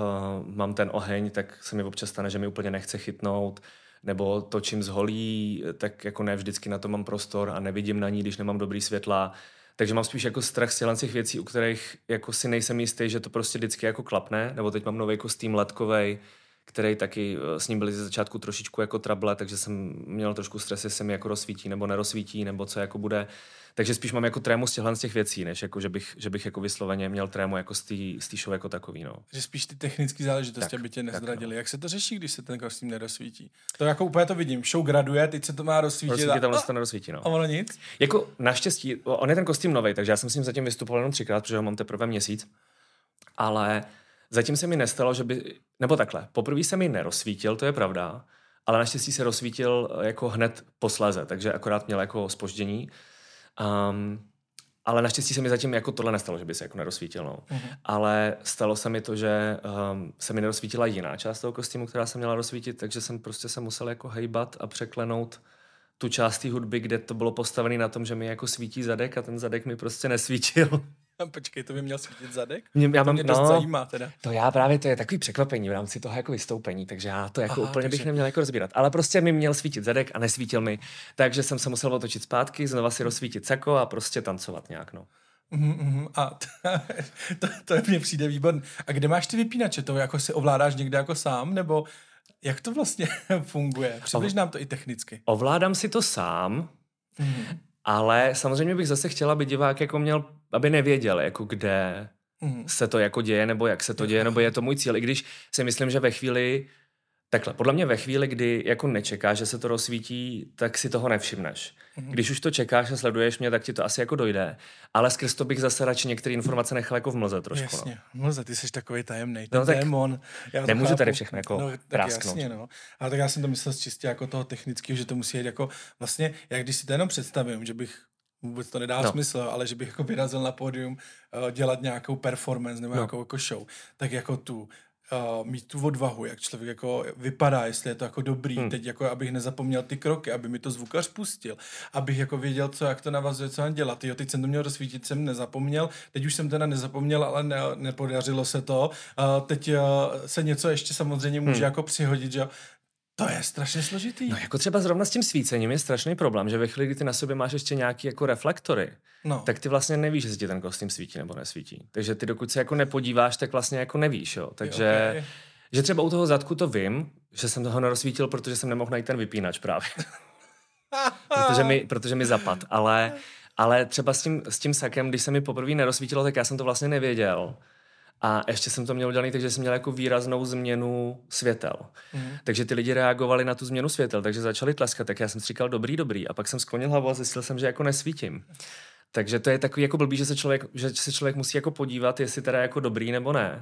mám ten oheň, tak se mi občas stane, že mi úplně nechce chytnout, nebo točím z holí, tak jako ne vždycky na to mám prostor a nevidím na ní, když nemám dobrý světla. Takže mám spíš jako strach z těch věcí, u kterých jako si nejsem jistý, že to prostě vždycky jako klapne, nebo teď mám nový kostým letkovej, který taky s ním byli ze začátku trošičku jako trable, takže jsem měl trošku stres, jestli se mi jako rozsvítí nebo nerozsvítí, nebo co jako bude. Takže spíš mám jako trému z těch věcí, než jako, že bych jako vysloveně měl trému jako z té show jako takový, no. Že spíš ty technické záležitosti, aby tě nezradili. No. Jak se to řeší, když se ten kostým nerozsvítí? To jako úplně to vidím. Show graduje, teď se to má rozsvítit. To nerozsvítí, no. A ono nic? Jako naštěstí, on je ten kostým novej, takže já jsem s ním zatím vystupoval jenom 3krát, protože ho mám teprve měsíc. Ale zatím se mi nestalo, že by, nebo takhle, poprvé se mi nerozsvítil, to je pravda, ale naštěstí se rozsvítil jako hned posléze, takže akorát měl jako zpoždění. Ale naštěstí se mi zatím jako tohle nestalo, že by se jako nerozsvítil, no. Ale stalo se mi to, že se mi nerozsvítila jiná část toho kostýmu, která se měla rozsvítit, takže jsem prostě se musel jako hejbat a překlenout tu část té hudby, kde to bylo postavené na tom, že mi jako svítí zadek a ten zadek mi prostě nesvítil. Počkej, to by měl svítit zadek? Mě dost zajímá teda. To já právě, to je takový překvapení v rámci toho jako vystoupení, takže já to jako úplně bych neměl jako rozbírat. Ale prostě mi měl svítit zadek a nesvítil mi, takže jsem se musel otočit zpátky, znova si rozsvítit sako a prostě tancovat nějak, no. A to mně přijde výborný. A kde máš ty vypínače? To jako si ovládáš někde jako sám, nebo Jak to vlastně funguje? Přibliž nám to i technicky. Ovládám si to sám, ale samozřejmě bych zase chtěla, aby divák jako měl, aby nevěděl, jako kde se to jako děje, nebo jak se to děje, nebo je to můj cíl. I když si myslím, že ve chvíli, takhle, podle mě ve chvíli, kdy jako nečekáš, že se to rozsvítí, tak si toho nevšimneš. Když už to čekáš a sleduješ mě, tak ti to asi jako dojde. Ale skrz to bych zase radši některé informace nechal jako v mlze trošku. Jasně, mlze, ty jsi takový tajemnej. No, tak démon. nemůžu tady všechno jako prásknout. Jasně, no. Ale tak já jsem to myslel čistě jako toho technického, že to musí jít jako vlastně, jak když si to jenom představím, že bych vůbec to nedá smysl, ale že bych jako vyrazil na pódium dělat nějakou performance nebo nějakou jako show, tak jako mít tu odvahu, jak člověk jako vypadá, jestli je to jako dobrý, teď jako abych nezapomněl ty kroky, aby mi to zvukař pustil, abych jako věděl, jak to navazuje, co mám dělat. Jo, teď jsem to měl rozsvítit, jsem nezapomněl, teď už jsem teda nezapomněl, ale nepodařilo se to. Teď se něco ještě samozřejmě může jako přihodit, že to je strašně složitý. No jako třeba zrovna s tím svícením je strašný problém, že ve chvíli, kdy ty na sobě máš ještě nějaký jako reflektory, tak ty vlastně nevíš, jestli ti ten kostým svítí nebo nesvítí. Takže ty dokud se jako nepodíváš, tak vlastně jako nevíš, jo. Takže že třeba u toho zadku to vím, že jsem toho nerozsvítil, protože jsem nemohl najít ten vypínač právě. protože mi zapad, ale třeba s tím sakem, když se mi poprvé nerozsvítilo, tak já jsem to vlastně nevěděl. A ještě jsem to měl udělaný, takže jsem měl jako výraznou změnu světel. Takže ty lidi reagovali na tu změnu světel, takže začali tleskat, tak já jsem si říkal dobrý. A pak jsem sklonil hlavu a zjistil jsem, že jako nesvítím. Takže to je takový jako blbý, že se člověk musí jako podívat, jestli teda jako dobrý nebo ne.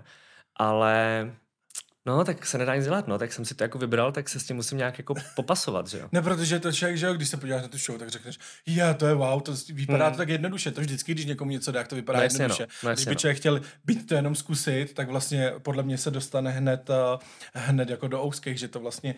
Ale no, tak se nedá nic dělat, no, tak jsem si to jako vybral, tak se s tím musím nějak jako popasovat, že jo. Ne, protože to člověk, že jo, když se podíváš na tu show, tak řekneš, to je wow, to vypadá to tak jednoduše, to vždycky, když někomu něco dá, jak to vypadá jednoduše. Když by člověk chtěl být to jenom zkusit, tak vlastně podle mě se dostane hned jako do ouských, že to vlastně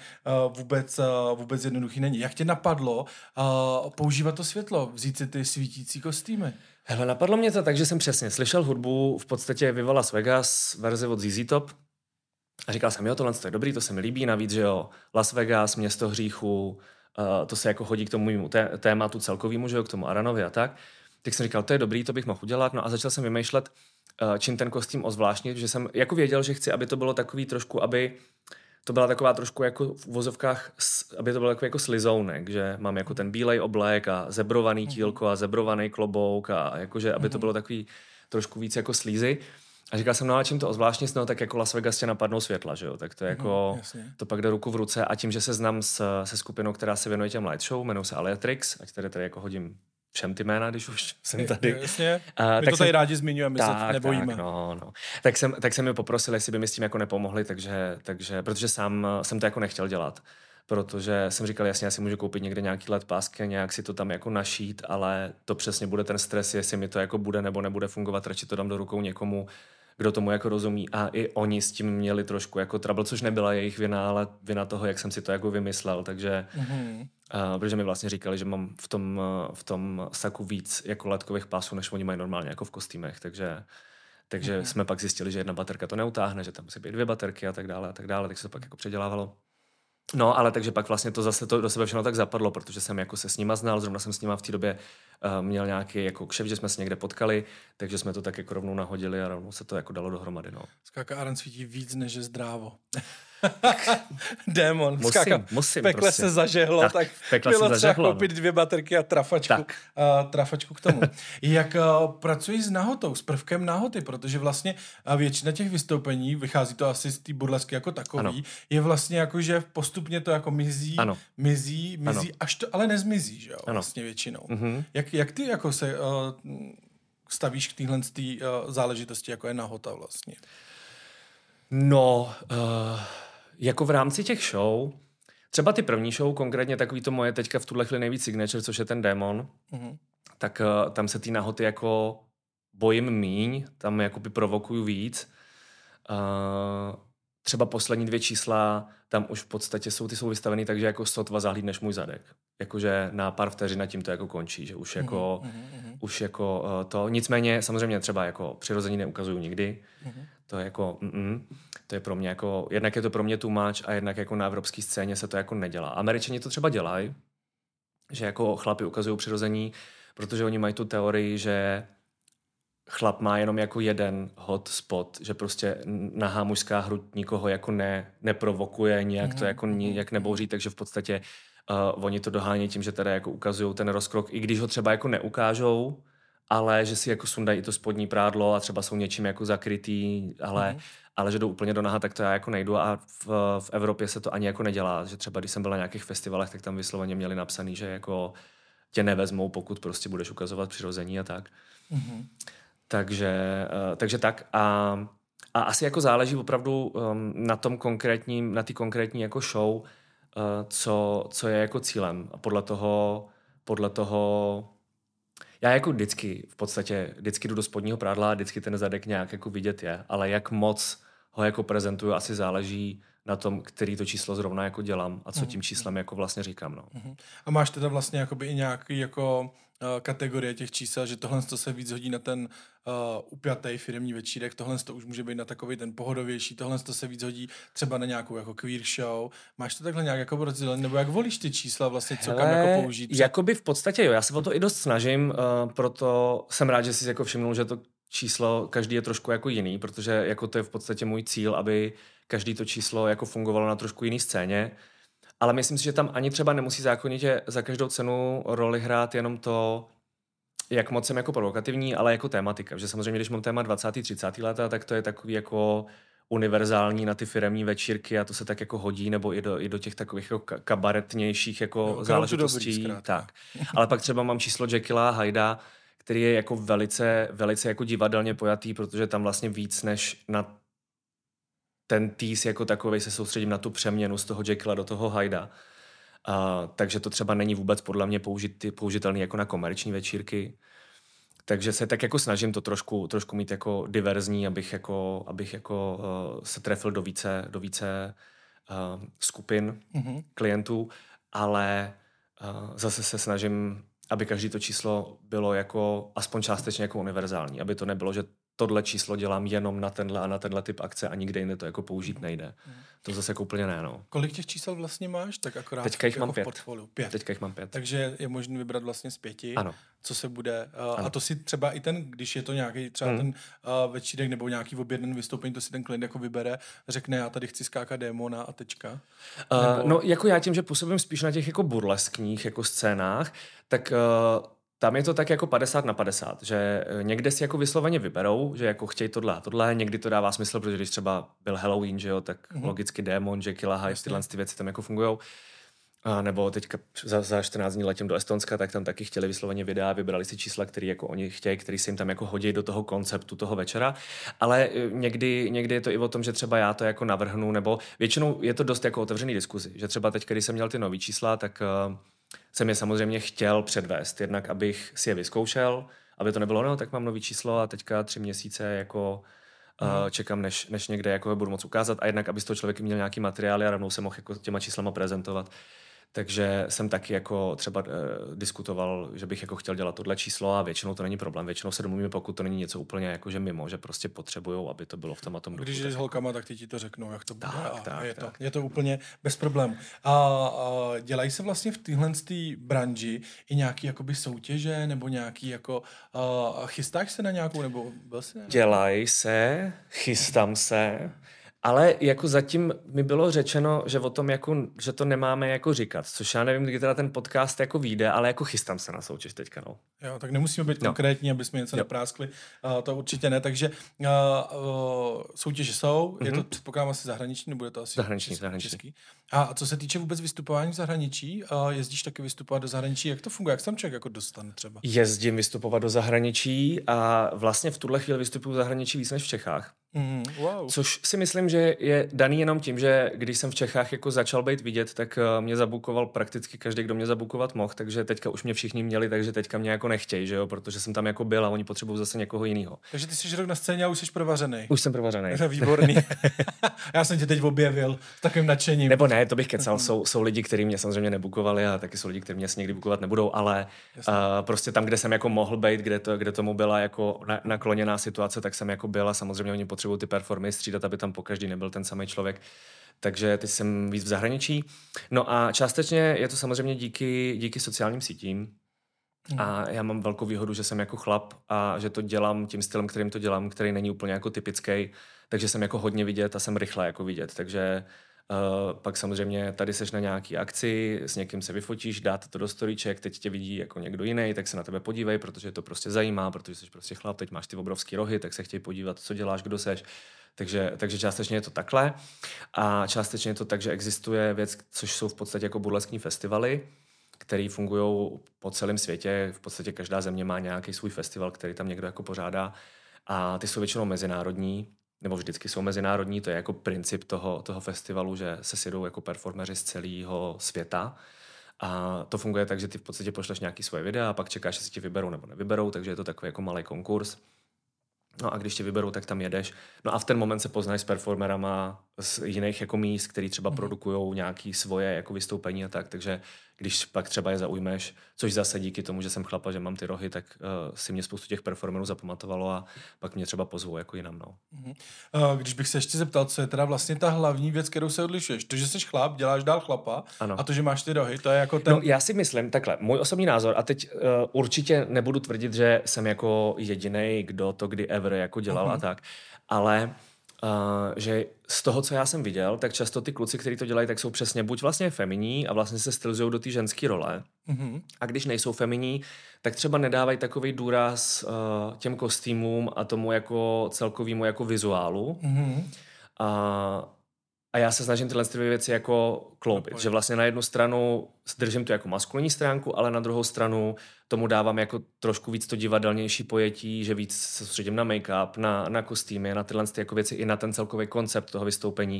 vůbec jednoduchý není. Jak tě napadlo používat to světlo, vzít si ty svítící kostýmy? Hele, napadlo mě to tak, že jsem přesně slyšel hudbu v podstatě Viva Las Vegas, verzi od ZZ Top. A říkal jsem, tohle je dobrý, to se mi líbí, navíc, že jo, Las Vegas, město hříchu, to se jako hodí k tomu mému tématu celkovýmu, že jo, k tomu Aranovi a tak. Tak jsem říkal, to je dobrý, to bych mohl udělat, no a začal jsem vymýšlet, čím ten kostým ozvláštnit, že jsem jako věděl, že chci, aby to bylo takový trošku, aby to byla taková trošku jako v uvozovkách, aby to bylo takový jako slizounek, že mám jako ten bílej oblek a zebrovaný tílko a zebrovaný klobouk a jakože, aby to bylo takový trošku víc jako slízy. A říkal jsem, no a čím to ozvláštně snou, tak jako Las Vegas tě napadnou světla, že jo, tak to je jako, to pak jde ruku v ruce a tím, že se znám se skupinou, která se věnuje těm light show, jmenuji se Aleatrix, ať tady jako hodím všem ty jména, když už jsem tady. Jasně, my to tady rádi zmiňujeme, my se nebojíme. Tak, no. Tak jsem mi poprosil, jestli by mi s tím jako nepomohli, takže protože sám jsem to jako nechtěl dělat. Protože jsem říkal, jasně, já si můžu koupit někde nějaký LED pásky a nějak si to tam jako našít, ale to přesně bude ten stres, jestli mi to jako bude nebo nebude fungovat, radši to dám do rukou někomu, kdo tomu jako rozumí. A i oni s tím měli trošku jako trouble, což nebyla jejich vina, ale vina toho, jak jsem si to jako vymyslel. Takže, protože mi vlastně říkali, že mám v tom saku víc jako ledkových pásů, než oni mají normálně jako v kostýmech. Takže jsme pak zjistili, že jedna baterka to neutáhne, že tam musí být 2 baterky a tak dále, tak se to pak jako předělávalo. No, ale takže pak vlastně to zase to do sebe všechno tak zapadlo, protože jsem jako se s nima znal, zrovna jsem s nima v té době měl nějaký jako kšeft, že jsme se někde potkali, takže jsme to tak jako rovnou nahodili a rovnou se to jako dalo dohromady, no. Skáka Aran svítí víc, než je zdrávo. Démon. Musím pekle prostě. Se zažehlo, tak bylo třeba koupit 2 baterky a trafačku k tomu. Jak pracuji s nahotou, s prvkem nahoty, protože vlastně většina těch vystoupení, vychází to asi z té burlesky jako takový, je vlastně jako, že postupně to jako mizí, až to ale nezmizí, že jo, vlastně většinou. Jak ty jako se stavíš k téhle záležitosti, jako je nahota vlastně? No, jako v rámci těch show, třeba ty první show, konkrétně takový to moje teďka v tuhle chvíli nejvíc signature, což je ten Démon, tak tam se ty nahoty jako bojím míň, tam jakoby provokuju víc. Třeba poslední 2 čísla, tam už v podstatě jsou vystavený, takže jako sotva zahlídneš můj zadek. Jakože na pár vteřin nad tím to jako končí, že už jako to. Nicméně samozřejmě třeba jako přirození neukazuju nikdy. To je jako to je pro mě jako, jednak je to pro mě too much a jednak jako na evropské scéně se to jako nedělá. Američani to třeba dělají, že jako chlapi ukazují přirození, protože oni mají tu teorii, že chlap má jenom jako jeden hot spot, že prostě nahá mužská hruď nikoho jako neprovokuje, nijak to jako nijak nebouří, takže v podstatě oni to dohání tím, že teda jako ukazují ten rozkrok, i když ho třeba jako neukážou, ale že si jako sundají i to spodní prádlo a třeba jsou něčím jako zakrytý, ale že jdou úplně do naha, tak to já jako nejdu a v Evropě se to ani jako nedělá, že třeba když jsem byl na nějakých festivalech, tak tam vysloveně měli napsaný, že jako tě nevezmou, pokud prostě budeš ukazovat přirození a tak. Takže tak a asi jako záleží opravdu na tom konkrétním, na té konkrétní jako show, co je jako cílem a podle toho já jako vždycky jdu do spodního prádla a vždycky ten zadek nějak jako vidět je, ale jak moc ho jako prezentuju, asi záleží na tom, který to číslo zrovna jako dělám a co tím číslem jako vlastně říkám. No. A máš teda vlastně jakoby i nějaký jako kategorie těch čísel, že tohle se víc hodí na ten upjatý firemní večírek, tohle už může být na takový ten pohodovější, tohle se víc hodí třeba na nějakou jako queer show. Máš to takhle nějak jako rozdělené, nebo jak volíš ty čísla vlastně, co kam jako použít? Jakoby v podstatě jo, já se o to i dost snažím, proto jsem rád, že jsi jako všimnul, že to číslo každý je trošku jako jiný, protože jako to je v podstatě můj cíl, aby každý to číslo jako fungovalo na trošku jiný scéně. Ale myslím si, že tam ani třeba nemusí zákonitě za každou cenu roli hrát jenom to, jak moc jsem jako provokativní, ale jako tématika. Že samozřejmě, když mám téma 20. 30. léta, tak to je takový jako univerzální na ty firemní večírky a to se tak jako hodí, nebo i do těch takových jako kabaretnějších jako záležitostí. Tak. Ale pak třeba mám číslo Jekylla a Hyda, který je jako velice, velice jako divadelně pojatý, protože tam vlastně víc než na ten tease jako takovej se soustředím na tu přeměnu z toho Jekylla do toho Hyda. Takže to třeba není vůbec podle mě použitelný jako na komerční večírky. Takže se tak jako snažím to trošku mít jako diverzní, abych se trefil do více skupin klientů, ale zase se snažím, aby každý to číslo bylo jako aspoň částečně jako univerzální, aby to nebylo, že tohle číslo dělám jenom na tenhle a na tenhle typ akce a nikde jinde to jako použít nejde. To zase jako úplně ne, no. Kolik těch čísel vlastně máš? Tak akorát teďka jich jako mám 5. Pět. Teďka jich mám 5. Takže je možné vybrat vlastně z 5. Ano. Co se bude. A to si třeba i ten, když je to nějaký třeba ten večírek nebo nějaký objednaný vystoupení, to si ten klient jako vybere, řekne, já tady chci skákat démona a tečka. No jako já tím, že působím spíš na těch jako burleskních jako scénách, tak tam je to tak jako 50/50, že někde si jako vysloveně vyberou, že jako chtějí tohle a tohle, někdy to dává smysl, protože když třeba byl Halloween, že jo, tak logicky démon, Jekyll a Hyde, tyhle ty věci tam jako fungujou. Nebo teďka za 14 dní letím do Estonska, tak tam taky chtěli vysloveně videa, vybrali si čísla, které jako oni chtějí, který se jim tam jako hodí do toho konceptu toho večera. Ale někdy je to i o tom, že třeba já to jako navrhnu, nebo většinou je to dost jako otevřený diskuzi, že třeba teď, když jsem měl ty nový čísla, tak jsem je samozřejmě chtěl předvést, jednak abych si je vyzkoušel, aby to nebylo, no tak mám nový číslo a teďka 3 měsíce jako čekám, než někde jako budu moc ukázat a jednak, aby z toho člověk měl nějaký materiály a rovnou se mohl jako těma číslama prezentovat. Takže jsem taky jako třeba diskutoval, že bych jako chtěl dělat tohle číslo a většinou to není problém. Většinou se domluvíme, pokud to není něco úplně jako že mimo, že prostě potřebujou, aby to bylo v tom a tom duchu. Když jsi s holkama, tak ty ti to řeknou, jak to bude tak. Je to úplně bez problémů. A dělají se vlastně v téhle branži i nějaký jakoby soutěže nebo nějaký jako chystáš se na nějakou nebo byl jsi? Dělají se, chystám se. Ale jako zatím mi bylo řečeno, že o tom jako, že to nemáme jako říkat, což já nevím, kdy teda ten podcast jako vyjde, ale jako chystám se na soutěž teďka, no. Jo, tak nemusíme být konkrétní, aby jsme něco nepráskli, to určitě ne, takže soutěže jsou, je to předpokládám asi zahraniční, nebo je to asi zahraniční. Český. A co se týče vůbec vystupování v zahraničí, jezdíš taky vystupovat do zahraničí, jak to funguje, jak se tam člověk jako dostane třeba? Jezdím vystupovat do zahraničí a vlastně v tuhle chvíli vystupuju v zahraničí víc než v Čechách. Wow. Což si myslím, že je daný jenom tím, že když jsem v Čechách jako začal být vidět, tak mě zabukoval prakticky každý, kdo mě zabukovat mohl, takže teďka už mě všichni měli, takže teďka mě jako nechtějí, že jo, protože jsem tam jako byl a oni potřebují zase někoho jiného. Takže ty jsi rok na scéně a už jsi provařený. Už jsem provařený. To je výborný. Já jsem tě teď objevil s takovým nadšením. Nebo ne, to bych kecal, jsou lidi, kteří mě samozřejmě nebukovali a taky jsou lidi, kteří mě asi někdy bukovat nebudou, ale prostě tam, kde jsem jako mohl být, kde tomu byla jako nakloněná situace, tak jsem jako byl a samozřejmě oni potřebují ty performy střídat, aby tam pokaždý nebyl ten samý člověk. Takže teď jsem víc v zahraničí. No a částečně je to samozřejmě díky sociálním sítím, A já mám velkou výhodu, že jsem jako chlap a že to dělám tím stylem, kterým to dělám, který není úplně jako typický, takže jsem jako hodně vidět a jsem rychle jako vidět. Takže pak samozřejmě tady seš na nějaký akci, s někým se vyfotíš, dáte to do storyček, teď tě vidí jako někdo jiný, tak se na tebe podívej, protože to prostě zajímá, protože jsi prostě chlap, teď máš ty obrovský rohy, tak se chtějí podívat, co děláš, kdo seš. Takže částečně je to takhle a částečně je to tak, že existuje věc, což jsou v podstatě jako burleskní festivaly, který fungují po celém světě. V podstatě každá země má nějaký svůj festival, který tam někdo jako pořádá. A ty jsou většinou mezinárodní, nebo vždycky jsou mezinárodní. To je jako princip toho festivalu, že se sjedou jako performeři z celého světa. A to funguje tak, že ty v podstatě pošleš nějaký svoje videa a pak čekáš, jestli ti vyberou nebo nevyberou, takže je to takový jako malý konkurs. No a když tě vyberou, tak tam jedeš. No a v ten moment se poznáš s performerama z jiných jako míst, který třeba produkujou nějaké svoje jako vystoupení a tak, takže když pak třeba je zaujmeš, což zase díky tomu, že jsem chlapa, že mám ty rohy, tak si mě spoustu těch performerů zapamatovalo a pak mě třeba pozvou jako jinam. No. Když bych se ještě zeptal, co je teda vlastně ta hlavní věc, kterou se odlišuješ? To, že jsi chlap, děláš dál chlapa, ano. A to, že máš ty rohy, to je jako ten... No, já si myslím, takhle, můj osobní názor, a teď určitě nebudu tvrdit, že jsem jako jedinej, kdo to kdy ever jako dělal a tak, ale že z toho, co já jsem viděl, tak často ty kluci, kteří to dělají, tak jsou přesně buď vlastně feminí a vlastně se stylizují do té ženské role. A když nejsou feminí, tak třeba nedávají takový důraz těm kostýmům a tomu jako celkovému jako vizuálu. A já se snažím tyhle dvě věci jako kloubit, že vlastně na jednu stranu držím tu jako maskulinní stránku, ale na druhou stranu tomu dávám jako trošku víc to divadelnější pojetí, že víc se soustředím na make-up, na kostýmy, na tyhle jako věci i na ten celkový koncept toho vystoupení.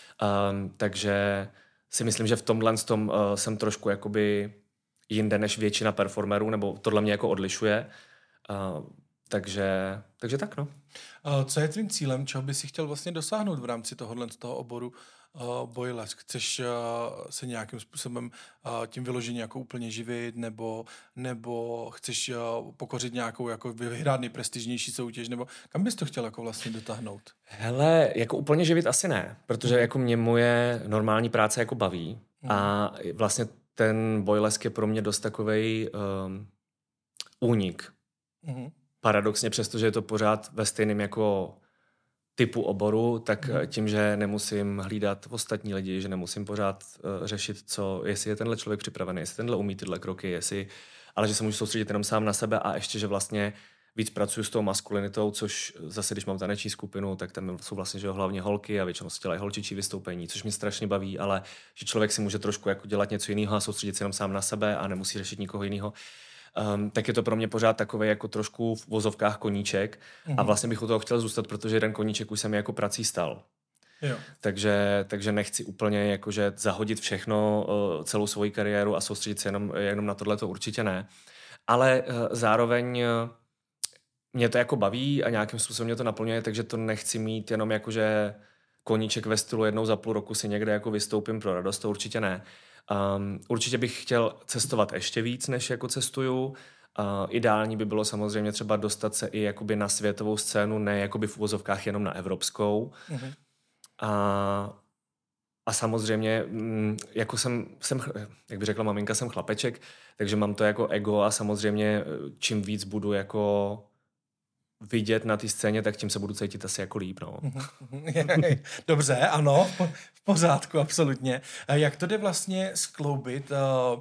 Takže si myslím, že v tomhle jsem trošku jakoby jinde než většina performerů, nebo tohle mě jako odlišuje. Takže tak, no. Co je tvým cílem, čeho bys si chtěl vlastně dosáhnout v rámci toho oboru Boylesk? Chceš se nějakým způsobem tím vyloženě jako úplně živit, nebo chceš pokořit nějakou jako vyhrát nejprestižnější soutěž, nebo kam bys to chtěl jako vlastně dotáhnout? Hele, jako úplně živit asi ne, protože jako mě moje normální práce jako baví a vlastně ten Boylesk je pro mě dost takovej únik. Paradoxně, přestože je to pořád ve stejném jako typu oboru, tak tím, že nemusím hlídat ostatní lidi, že nemusím pořád řešit, jestli je tenhle člověk připravený, jestli tenhle umí tyhle kroky, ale že se můžu soustředit jenom sám na sebe a ještě, že vlastně víc pracuji s tou maskulinitou, což zase, když mám taneční skupinu, tak tam jsou vlastně že hlavně holky a většinou se dělají holčičí vystoupení, což mě strašně baví, ale že člověk si může trošku jako dělat něco jiného a soustředit se jenom sám na sebe a nemusí řešit nikoho jiného. Tak je to pro mě pořád takový jako trošku v vozovkách koníček a vlastně bych u toho chtěl zůstat, protože jeden koníček už se mi jako prací stal. Jo. Takže nechci úplně jakože zahodit všechno, celou svoji kariéru a soustředit se jenom na tohle, to určitě ne. Ale zároveň mě to jako baví a nějakým způsobem mě to naplňuje, takže to nechci mít jenom jakože koníček ve stylu jednou za půl roku si někde jako vystoupím pro radost, to určitě ne. Určitě bych chtěl cestovat ještě víc, než jako cestuju. Ideální by bylo samozřejmě třeba dostat se i jakoby na světovou scénu, ne jakoby v uvozovkách jenom na evropskou. A samozřejmě, jako jsem, jak by řekla maminka, jsem chlapeček, takže mám to jako ego a samozřejmě čím víc budu jako vidět na té scéně, tak tím se budu cítit asi jako líp, no. Dobře, ano, v pořádku, absolutně. Jak to jde vlastně skloubit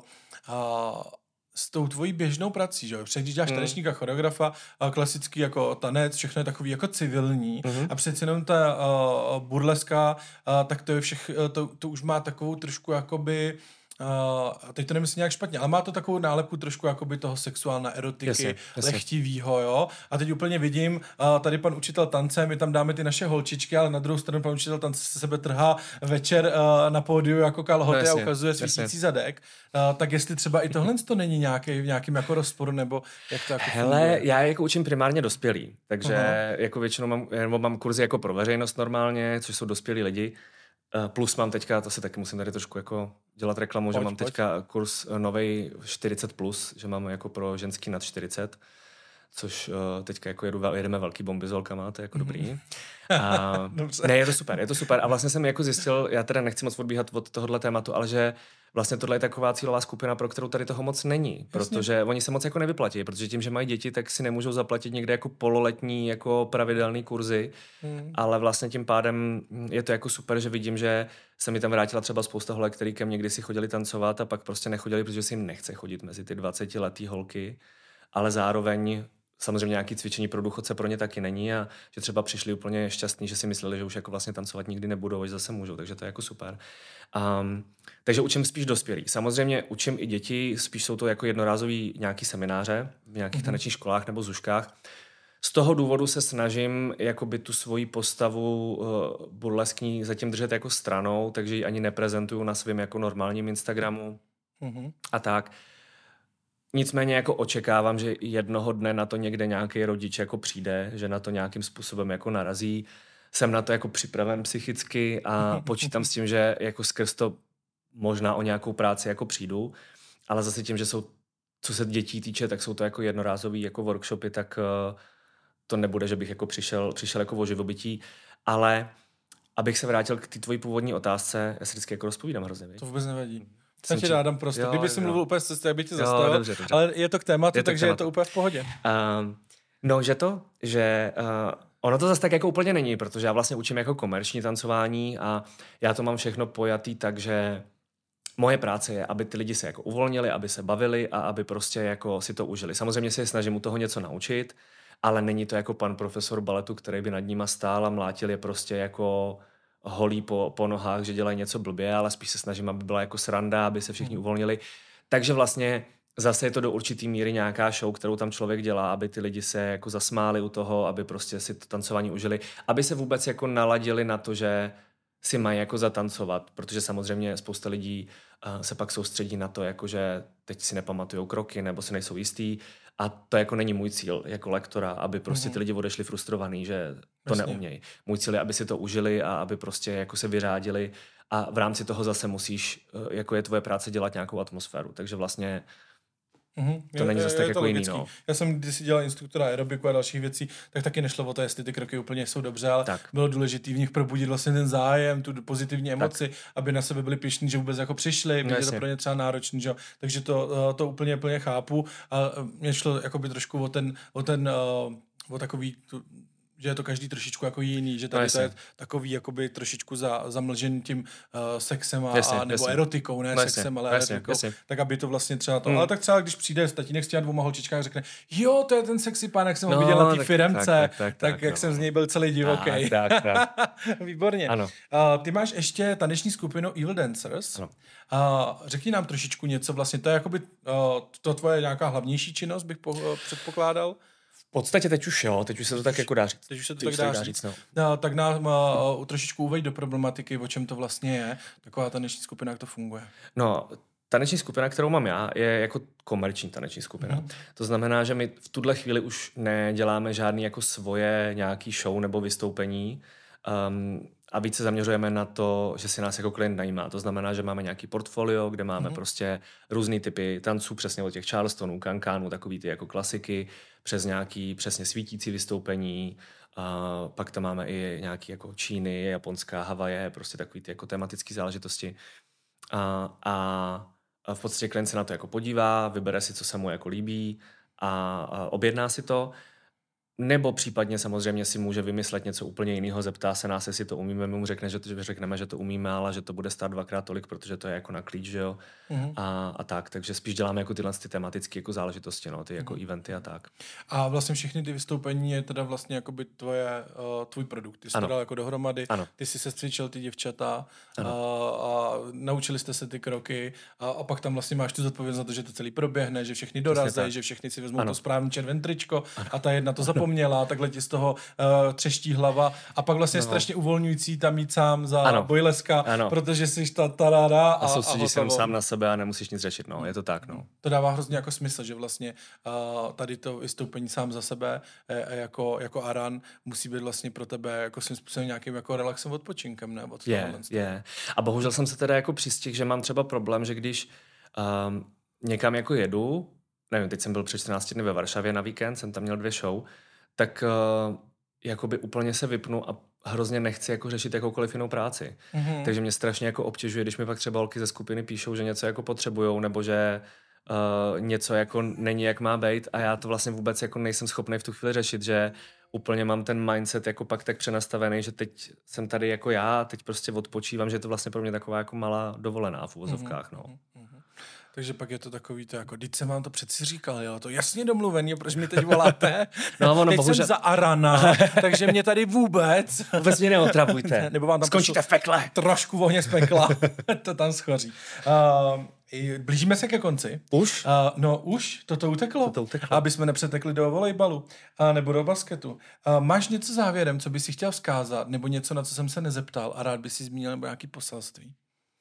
s tou tvojí běžnou prací, že jo? Když děláš tanečníka, choreografa, klasický jako tanec, všechno je takový jako civilní a přeci jenom ta burleska, tak to je to už má takovou trošku jakoby a teď to nemyslím nějak špatně, ale má to takovou nálepku trošku jakoby toho sexuální erotiky, jasně. lehtivýho, jo. A teď úplně vidím, tady pan učitel tance, my tam dáme ty naše holčičky, ale na druhou stranu pan učitel tance se sebe trhá večer na pódiu jako kalhoty a ukazuje svítící zadek. Tak jestli třeba i tohle to není v nějakým jako rozporu, nebo jak to jako funguje? Já jako učím primárně dospělí, takže jako většinou mám kurzy jako pro veřejnost normálně, což jsou dospělí lidi. Plus mám teďka, to se taky musím tady trošku jako dělat reklamu, že mám teďka kurz novej 40+, že mám jako pro ženský nad 40, což teďka jako jedeme velký bomby s holkama, to je jako dobrý. Ne, je to super. A vlastně jsem jako zjistil, já teda nechci moc odbíhat od tohohle tématu, ale že vlastně tohle je taková cílová skupina, pro kterou tady toho moc není, protože oni se moc jako nevyplatí, protože tím, že mají děti, tak si nemůžou zaplatit někde jako pololetní jako pravidelný kurzy, ale vlastně tím pádem je to jako super, že vidím, že se mi tam vrátila třeba spousta holek, který ke mně kdysi chodili tancovat a pak prostě nechodili, protože si jim nechce chodit mezi ty 20letý holky, ale zároveň samozřejmě nějaký cvičení pro důchodce pro ně taky není a že třeba přišli úplně šťastní, že si mysleli, že už jako vlastně tancovat nikdy nebudou, že zase můžou, takže to je jako super. Takže učím spíš dospělí. Samozřejmě učím i děti, spíš jsou to jako jednorázový nějaký semináře v nějakých tanečních školách nebo zuškách. Z toho důvodu se snažím jakoby tu svoji postavu burleskní zatím držet jako stranou, takže ji ani neprezentuju na svém jako normálním Instagramu a tak. Nicméně jako očekávám, že jednoho dne na to někde nějaký rodič jako přijde, že na to nějakým způsobem jako narazí. Jsem na to jako připraven psychicky a počítám s tím, že jako skrz to možná o nějakou práci jako přijdu, ale zase tím, že jsou, co se dětí týče, tak jsou to jako jednorázový jako workshopy, tak to nebude, že bych jako přišel jako o živobytí, ale abych se vrátil k té tvojí původní otázce, já si vždycky jako rozpovídám hrozně. To vůbec nevadí. Já ti dám prostě. Kdyby jsi mluvil úplně z cesty, jak bych tě zastavil, dobře. Ale je to k tématu, takže je to úplně v pohodě. No, že ono to zase tak jako úplně není, protože já vlastně učím jako komerční tancování a já to mám všechno pojatý, takže moje práce je, aby ty lidi se jako uvolnili, aby se bavili a aby prostě jako si to užili. Samozřejmě se snažím u toho něco naučit, ale není to jako pan profesor baletu, který by nad nima stál a mlátil je prostě jako holí po nohách, že dělají něco blbě, ale spíš se snažím, aby byla jako sranda, aby se všichni uvolnili. Takže vlastně zase je to do určitý míry nějaká show, kterou tam člověk dělá, aby ty lidi se jako zasmáli u toho, aby prostě si to tancování užili, aby se vůbec jako naladili na to, že si mají jako zatancovat, protože samozřejmě spousta lidí se pak soustředí na to, jako že teď si nepamatujou kroky nebo si nejsou jistý a to jako není můj cíl jako lektora, aby prostě ty lidi odešli frustrovaný, že to neumějí. Můj cíl je, aby si to užili a aby prostě jako se vyřádili a v rámci toho zase musíš, jako je tvoje práce, dělat nějakou atmosféru, takže vlastně to není zase tak jako jiný. No. Já jsem když si dělal instruktora aerobiku a dalších věcí, tak taky nešlo o to, jestli ty kroky úplně jsou dobře, ale bylo důležité v nich probudit vlastně ten zájem, tu pozitivní emoci, aby na sebe byli pyšní, že vůbec jako přišli, byť je to pro ně třeba náročný, že? Takže to úplně chápu a mě šlo jakoby trošku o takový že je to každý trošičku jako jiný, že tady to je takový jakoby trošičku zamlžen tím sexem nebo erotikou, ne sexem, ale erotikou, tak aby to vlastně třeba to, ale tak třeba když přijde tatínek s těma 2 holčičkách a řekne, jo, to je ten sexy pán, jak jsem ho viděl na té firemce, tak jak jsem z něj byl celý divoký. Výborně. Ano. Ty máš ještě taneční skupinu Evil Dancers. Řekni nám trošičku něco, vlastně to je jakoby to tvoje nějaká hlavnější činnost, bych předpokládal. V podstatě teď už se to tak jako dá říct. Teď už se to tak dá říct. No, tak nám trošičku uveď do problematiky, o čem to vlastně je, taková taneční skupina, jak to funguje. No, taneční skupina, kterou mám já, je jako komerční taneční skupina. To znamená, že my v tuhle chvíli už neděláme žádný jako svoje nějaký show nebo vystoupení a víc se zaměřujeme na to, že si nás jako klient najímá. To znamená, že máme nějaký portfolio, kde máme prostě různý typy tanců, přesně od těch Charlestonů, kankánů, takový ty jako klasiky, přes nějaký přesně svítící vystoupení, pak tam máme i nějaký jako Číny, Japonská, Havaje, prostě takový ty jako tematické záležitosti. A v podstatě klient se na to jako podívá, vybere si, co se mu jako líbí a objedná si to. Nebo případně samozřejmě si může vymyslet něco úplně jiného, zeptá se nás, jestli to umíme, my mu řekneme, že to umíme, ale že to bude stát 2x tolik, protože to je jako na klíč, že jo. A tak, takže spíš děláme jako tyhle ty tematické jako záležitosti, no, ty jako eventy a tak. A vlastně všechny ty vystoupení je teda vlastně jakoby tvůj produkt. Ty jsi to dal jako dohromady, ty jsi se cvičil ty děvčata a naučili jste se ty kroky a pak tam vlastně máš tu zodpovědnost za to, že to celý proběhne, že všechny dorazí, že všechny si vezmou to správný červený tričko a ta jedna to zapomněla, takhle ti z toho třeští hlava a pak vlastně strašně uvolňující tam jít sám za bojleska, protože jsi ta ráda a soustředíš se sám na sebe a nemusíš nic řešit, no, je to tak, no. To dává hrozně jako smysl, že vlastně tady to vystoupení sám za sebe jako Aran musí být vlastně pro tebe jako svým způsobem nějakým jako relaxem odpočinkem, nebo to je. A bohužel jsem se teda jako přistihl, že mám třeba problém, že když někam jako jedu, nevím, teď jsem byl před 14 dny ve Varšavě na víkend, jsem tam měl 2 show, tak jakoby úplně se vypnu a hrozně nechci jako řešit jakoukoliv jinou práci. Takže mě strašně jako obtěžuje, když mi pak třeba holky ze skupiny píšou, že něco jako potřebujou, nebo že něco jako není, jak má být, a já to vlastně vůbec jako nejsem schopný v tu chvíli řešit, že úplně mám ten mindset jako pak tak přenastavený, že teď jsem tady jako já, teď prostě odpočívám, že je to vlastně pro mě taková jako malá dovolená v uvozovkách, no. Takže pak je to takový to jako, teď jsem vám to přeci říkal, jo, to jasně domluvený, proč mi teď voláte? No, teď bohužel... jsem za Arana, takže mě tady vůbec mě neotravujte. Nebo vám tam skončíte v pekle. Trošku vohně z pekla, to tam schoří. Blížíme se ke konci. Už? No už, toto uteklo. Aby jsme nepřetekli do volejbalu nebo do basketu. Máš něco závěrem, co bys si chtěl vzkázat, nebo něco, na co jsem se nezeptal a rád bys si zmínil, nebo nějaký poselství?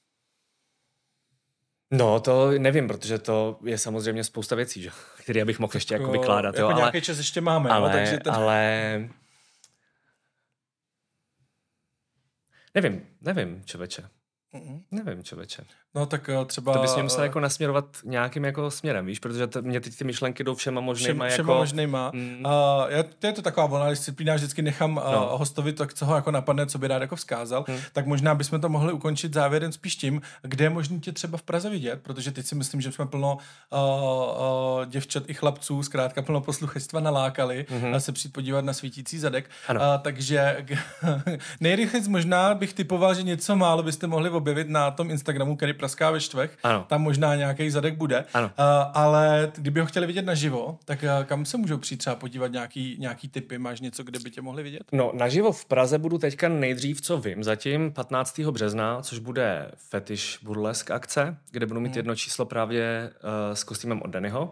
No, to nevím, protože to je samozřejmě spousta věcí, že? Které bych mohl ještě jako vykládat. Jako jo, nějaký čas ještě máme. Ale, no, takže ale... Nevím, člověče. Nevím, člověče. No tak třeba... To bys mě musel jako nasměrovat nějakým jako směrem, víš, protože mě teď ty myšlenky jdou všema možnýma. Všema možnýma. Je to taková volná disciplína, vždycky nechám hostovi to, co ho jako napadne, co by rád jako vzkázal, tak možná bychom to mohli ukončit závěrem spíš tím, kde je možný tě třeba v Praze vidět, protože teď si myslím, že jsme plno děvčat i chlapců, zkrátka plno posluchačstva nalákali a se přijít podívat na svítící zadek. Takže nejrychleji možná bych typoval, že něco málo byste mohli objevit na tom Instagramu, který praská ve štvech. Ano. Tam možná nějaký zadek bude. Ale kdyby ho chtěli vidět naživo, tak kam se můžou přijít třeba podívat nějaký tipy? Máš něco, kde by tě mohli vidět? No, naživo v Praze budu teďka nejdřív, co vím, zatím 15. března, což bude Fetish Burlesk akce, kde budu mít jedno číslo právě s kostýmem od Dannyho.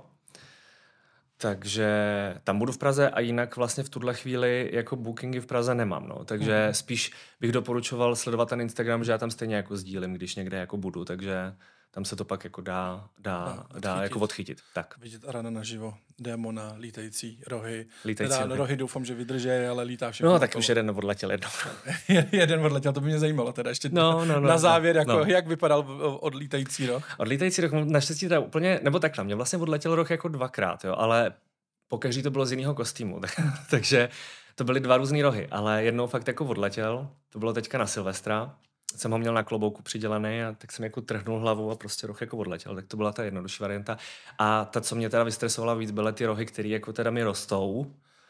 Takže tam budu v Praze a jinak vlastně v tuhle chvíli jako bookingy v Praze nemám, no. Takže spíš bych doporučoval sledovat ten Instagram, že já tam stejně jako sdílím, když někde jako budu, takže tam se to pak jako dá jako odchytit. Tak. Vidět Arana naživo, démona, lítající rohy. Rohy doufám, že vydrží, ale lítá všechno. No, tak už jeden odletěl jednou. Jeden odletěl, to by mě zajímalo teda ještě na závěr, jak vypadal odlítající roh. Odlítající roh naštěstí teda úplně, nebo takhle, mě vlastně odletěl roh jako 2krát, jo, ale pokaždý to bylo z jiného kostýmu, takže to byly 2 různý rohy, ale jednou fakt jako odletěl, to bylo teďka na Silvestra, jsem ho měl na klobouku přidělaný a tak jsem jako trhnul hlavu a prostě roh jako odletěl, tak to byla ta jednodušší varianta. A ta, co mě teda vystresovala víc, byly ty rohy, které jako teda mi rostou,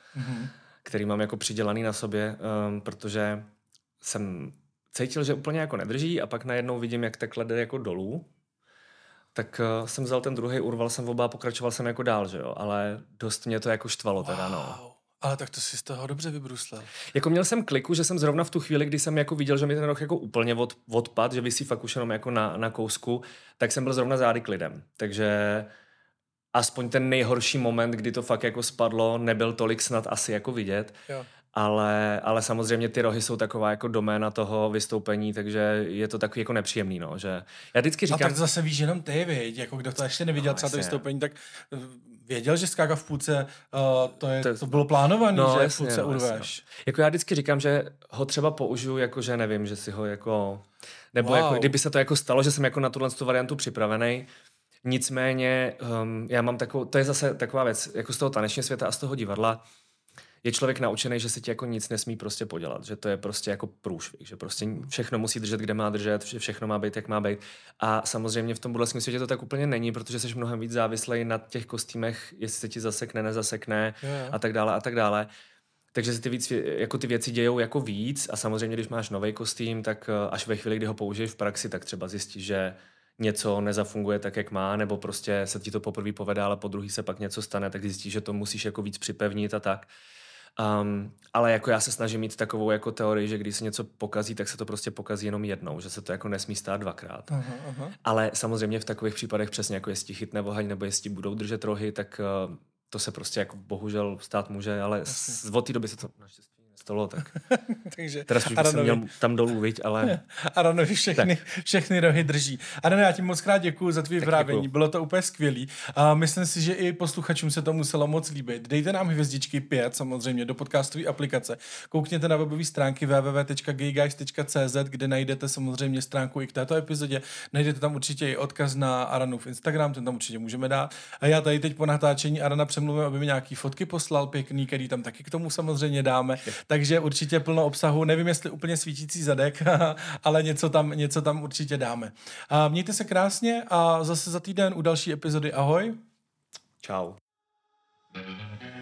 který mám jako přidělaný na sobě, protože jsem cítil, že úplně jako nedrží a pak najednou vidím, jak takhle jde jako dolů. Tak jsem vzal ten druhý, urval jsem oba a pokračoval jsem jako dál, že jo, ale dost mě to jako štvalo teda, no. Ale tak to si z toho dobře vybruslel. Jako měl jsem kliku, že jsem zrovna v tu chvíli, kdy jsem jako viděl, že mi ten roh jako úplně odpad, že visí fakt už jenom jako na kousku, tak jsem byl zrovna zády klidem. Takže aspoň ten nejhorší moment, kdy to fakt jako spadlo, nebyl tolik snad asi jako vidět. Jo. Ale samozřejmě ty rohy jsou taková jako doména toho vystoupení, takže je to takový jako nepříjemný, no, že já vždycky říkám... A tak zase víš jenom ty, viď, jako kdo to ještě neviděl třeba to vystoupení, tak věděl, že skáka v půlce, to bylo plánované, že v půlce urveš. Jako já vždycky říkám, že ho třeba použiju, jako že nevím, že si ho jako... Nebo jako, kdyby se to jako stalo, že jsem jako na tuhle variantu připravený. Nicméně já mám takovou, to je zase taková věc, jako z toho tanečního světa a z toho divadla, je člověk naučený, že se ti jako nic nesmí prostě podělat, že to je prostě jako průšvih, že prostě všechno musí držet, kde má držet, že všechno má být, jak má být. A samozřejmě v tom burleském světě to tak úplně není, protože jsi mnohem víc závislej na těch kostýmech, jestli se ti zasekne, nezasekne a tak dále a tak dále. Takže se ty věci dějou jako víc a samozřejmě, když máš nový kostým, tak až ve chvíli, kdy ho použiješ v praxi, tak třeba zjistíš, že něco nezafunguje tak, jak má, nebo prostě se ti to poprvé povede, ale po druhý se pak něco stane, tak zjistíš, že to musíš jako víc připevnit a tak. Ale jako já se snažím mít takovou jako teorii, že když se něco pokazí, tak se to prostě pokazí jenom jednou, že se to jako nesmí stát 2krát. Ale samozřejmě v takových případech přesně jako jestli chytne oheň, nebo jestli budou držet rohy, tak to se prostě jako bohužel stát může, ale od té doby se to naštěstí nestalo, tak. Takže teda spíš jsem měl tam dolů, viď, ale... Aranovi všechny rohy drží. Arano, já ti moc krát děkuju za tvý vyprávění, bylo to úplně skvělý. Myslím si, že i posluchačům se to muselo moc líbit. Dejte nám hvězdičky 5 samozřejmě do podcastové aplikace. Koukněte na webové stránky www.gayguys.cz, kde najdete samozřejmě stránku i k této epizodě. Najdete tam určitě i odkaz na Aranův Instagram, ten tam určitě můžeme dát. A já tady teď po natáčení Arana přemluvím, aby mi nějaký fotky poslal pěkný, který tam taky k tomu samozřejmě dáme. takže určitě plno obsahu. Nevím, jestli úplně svítící zadek, ale něco tam určitě dáme. Mějte se krásně a zase za týden u další epizody. Ahoj. Čau.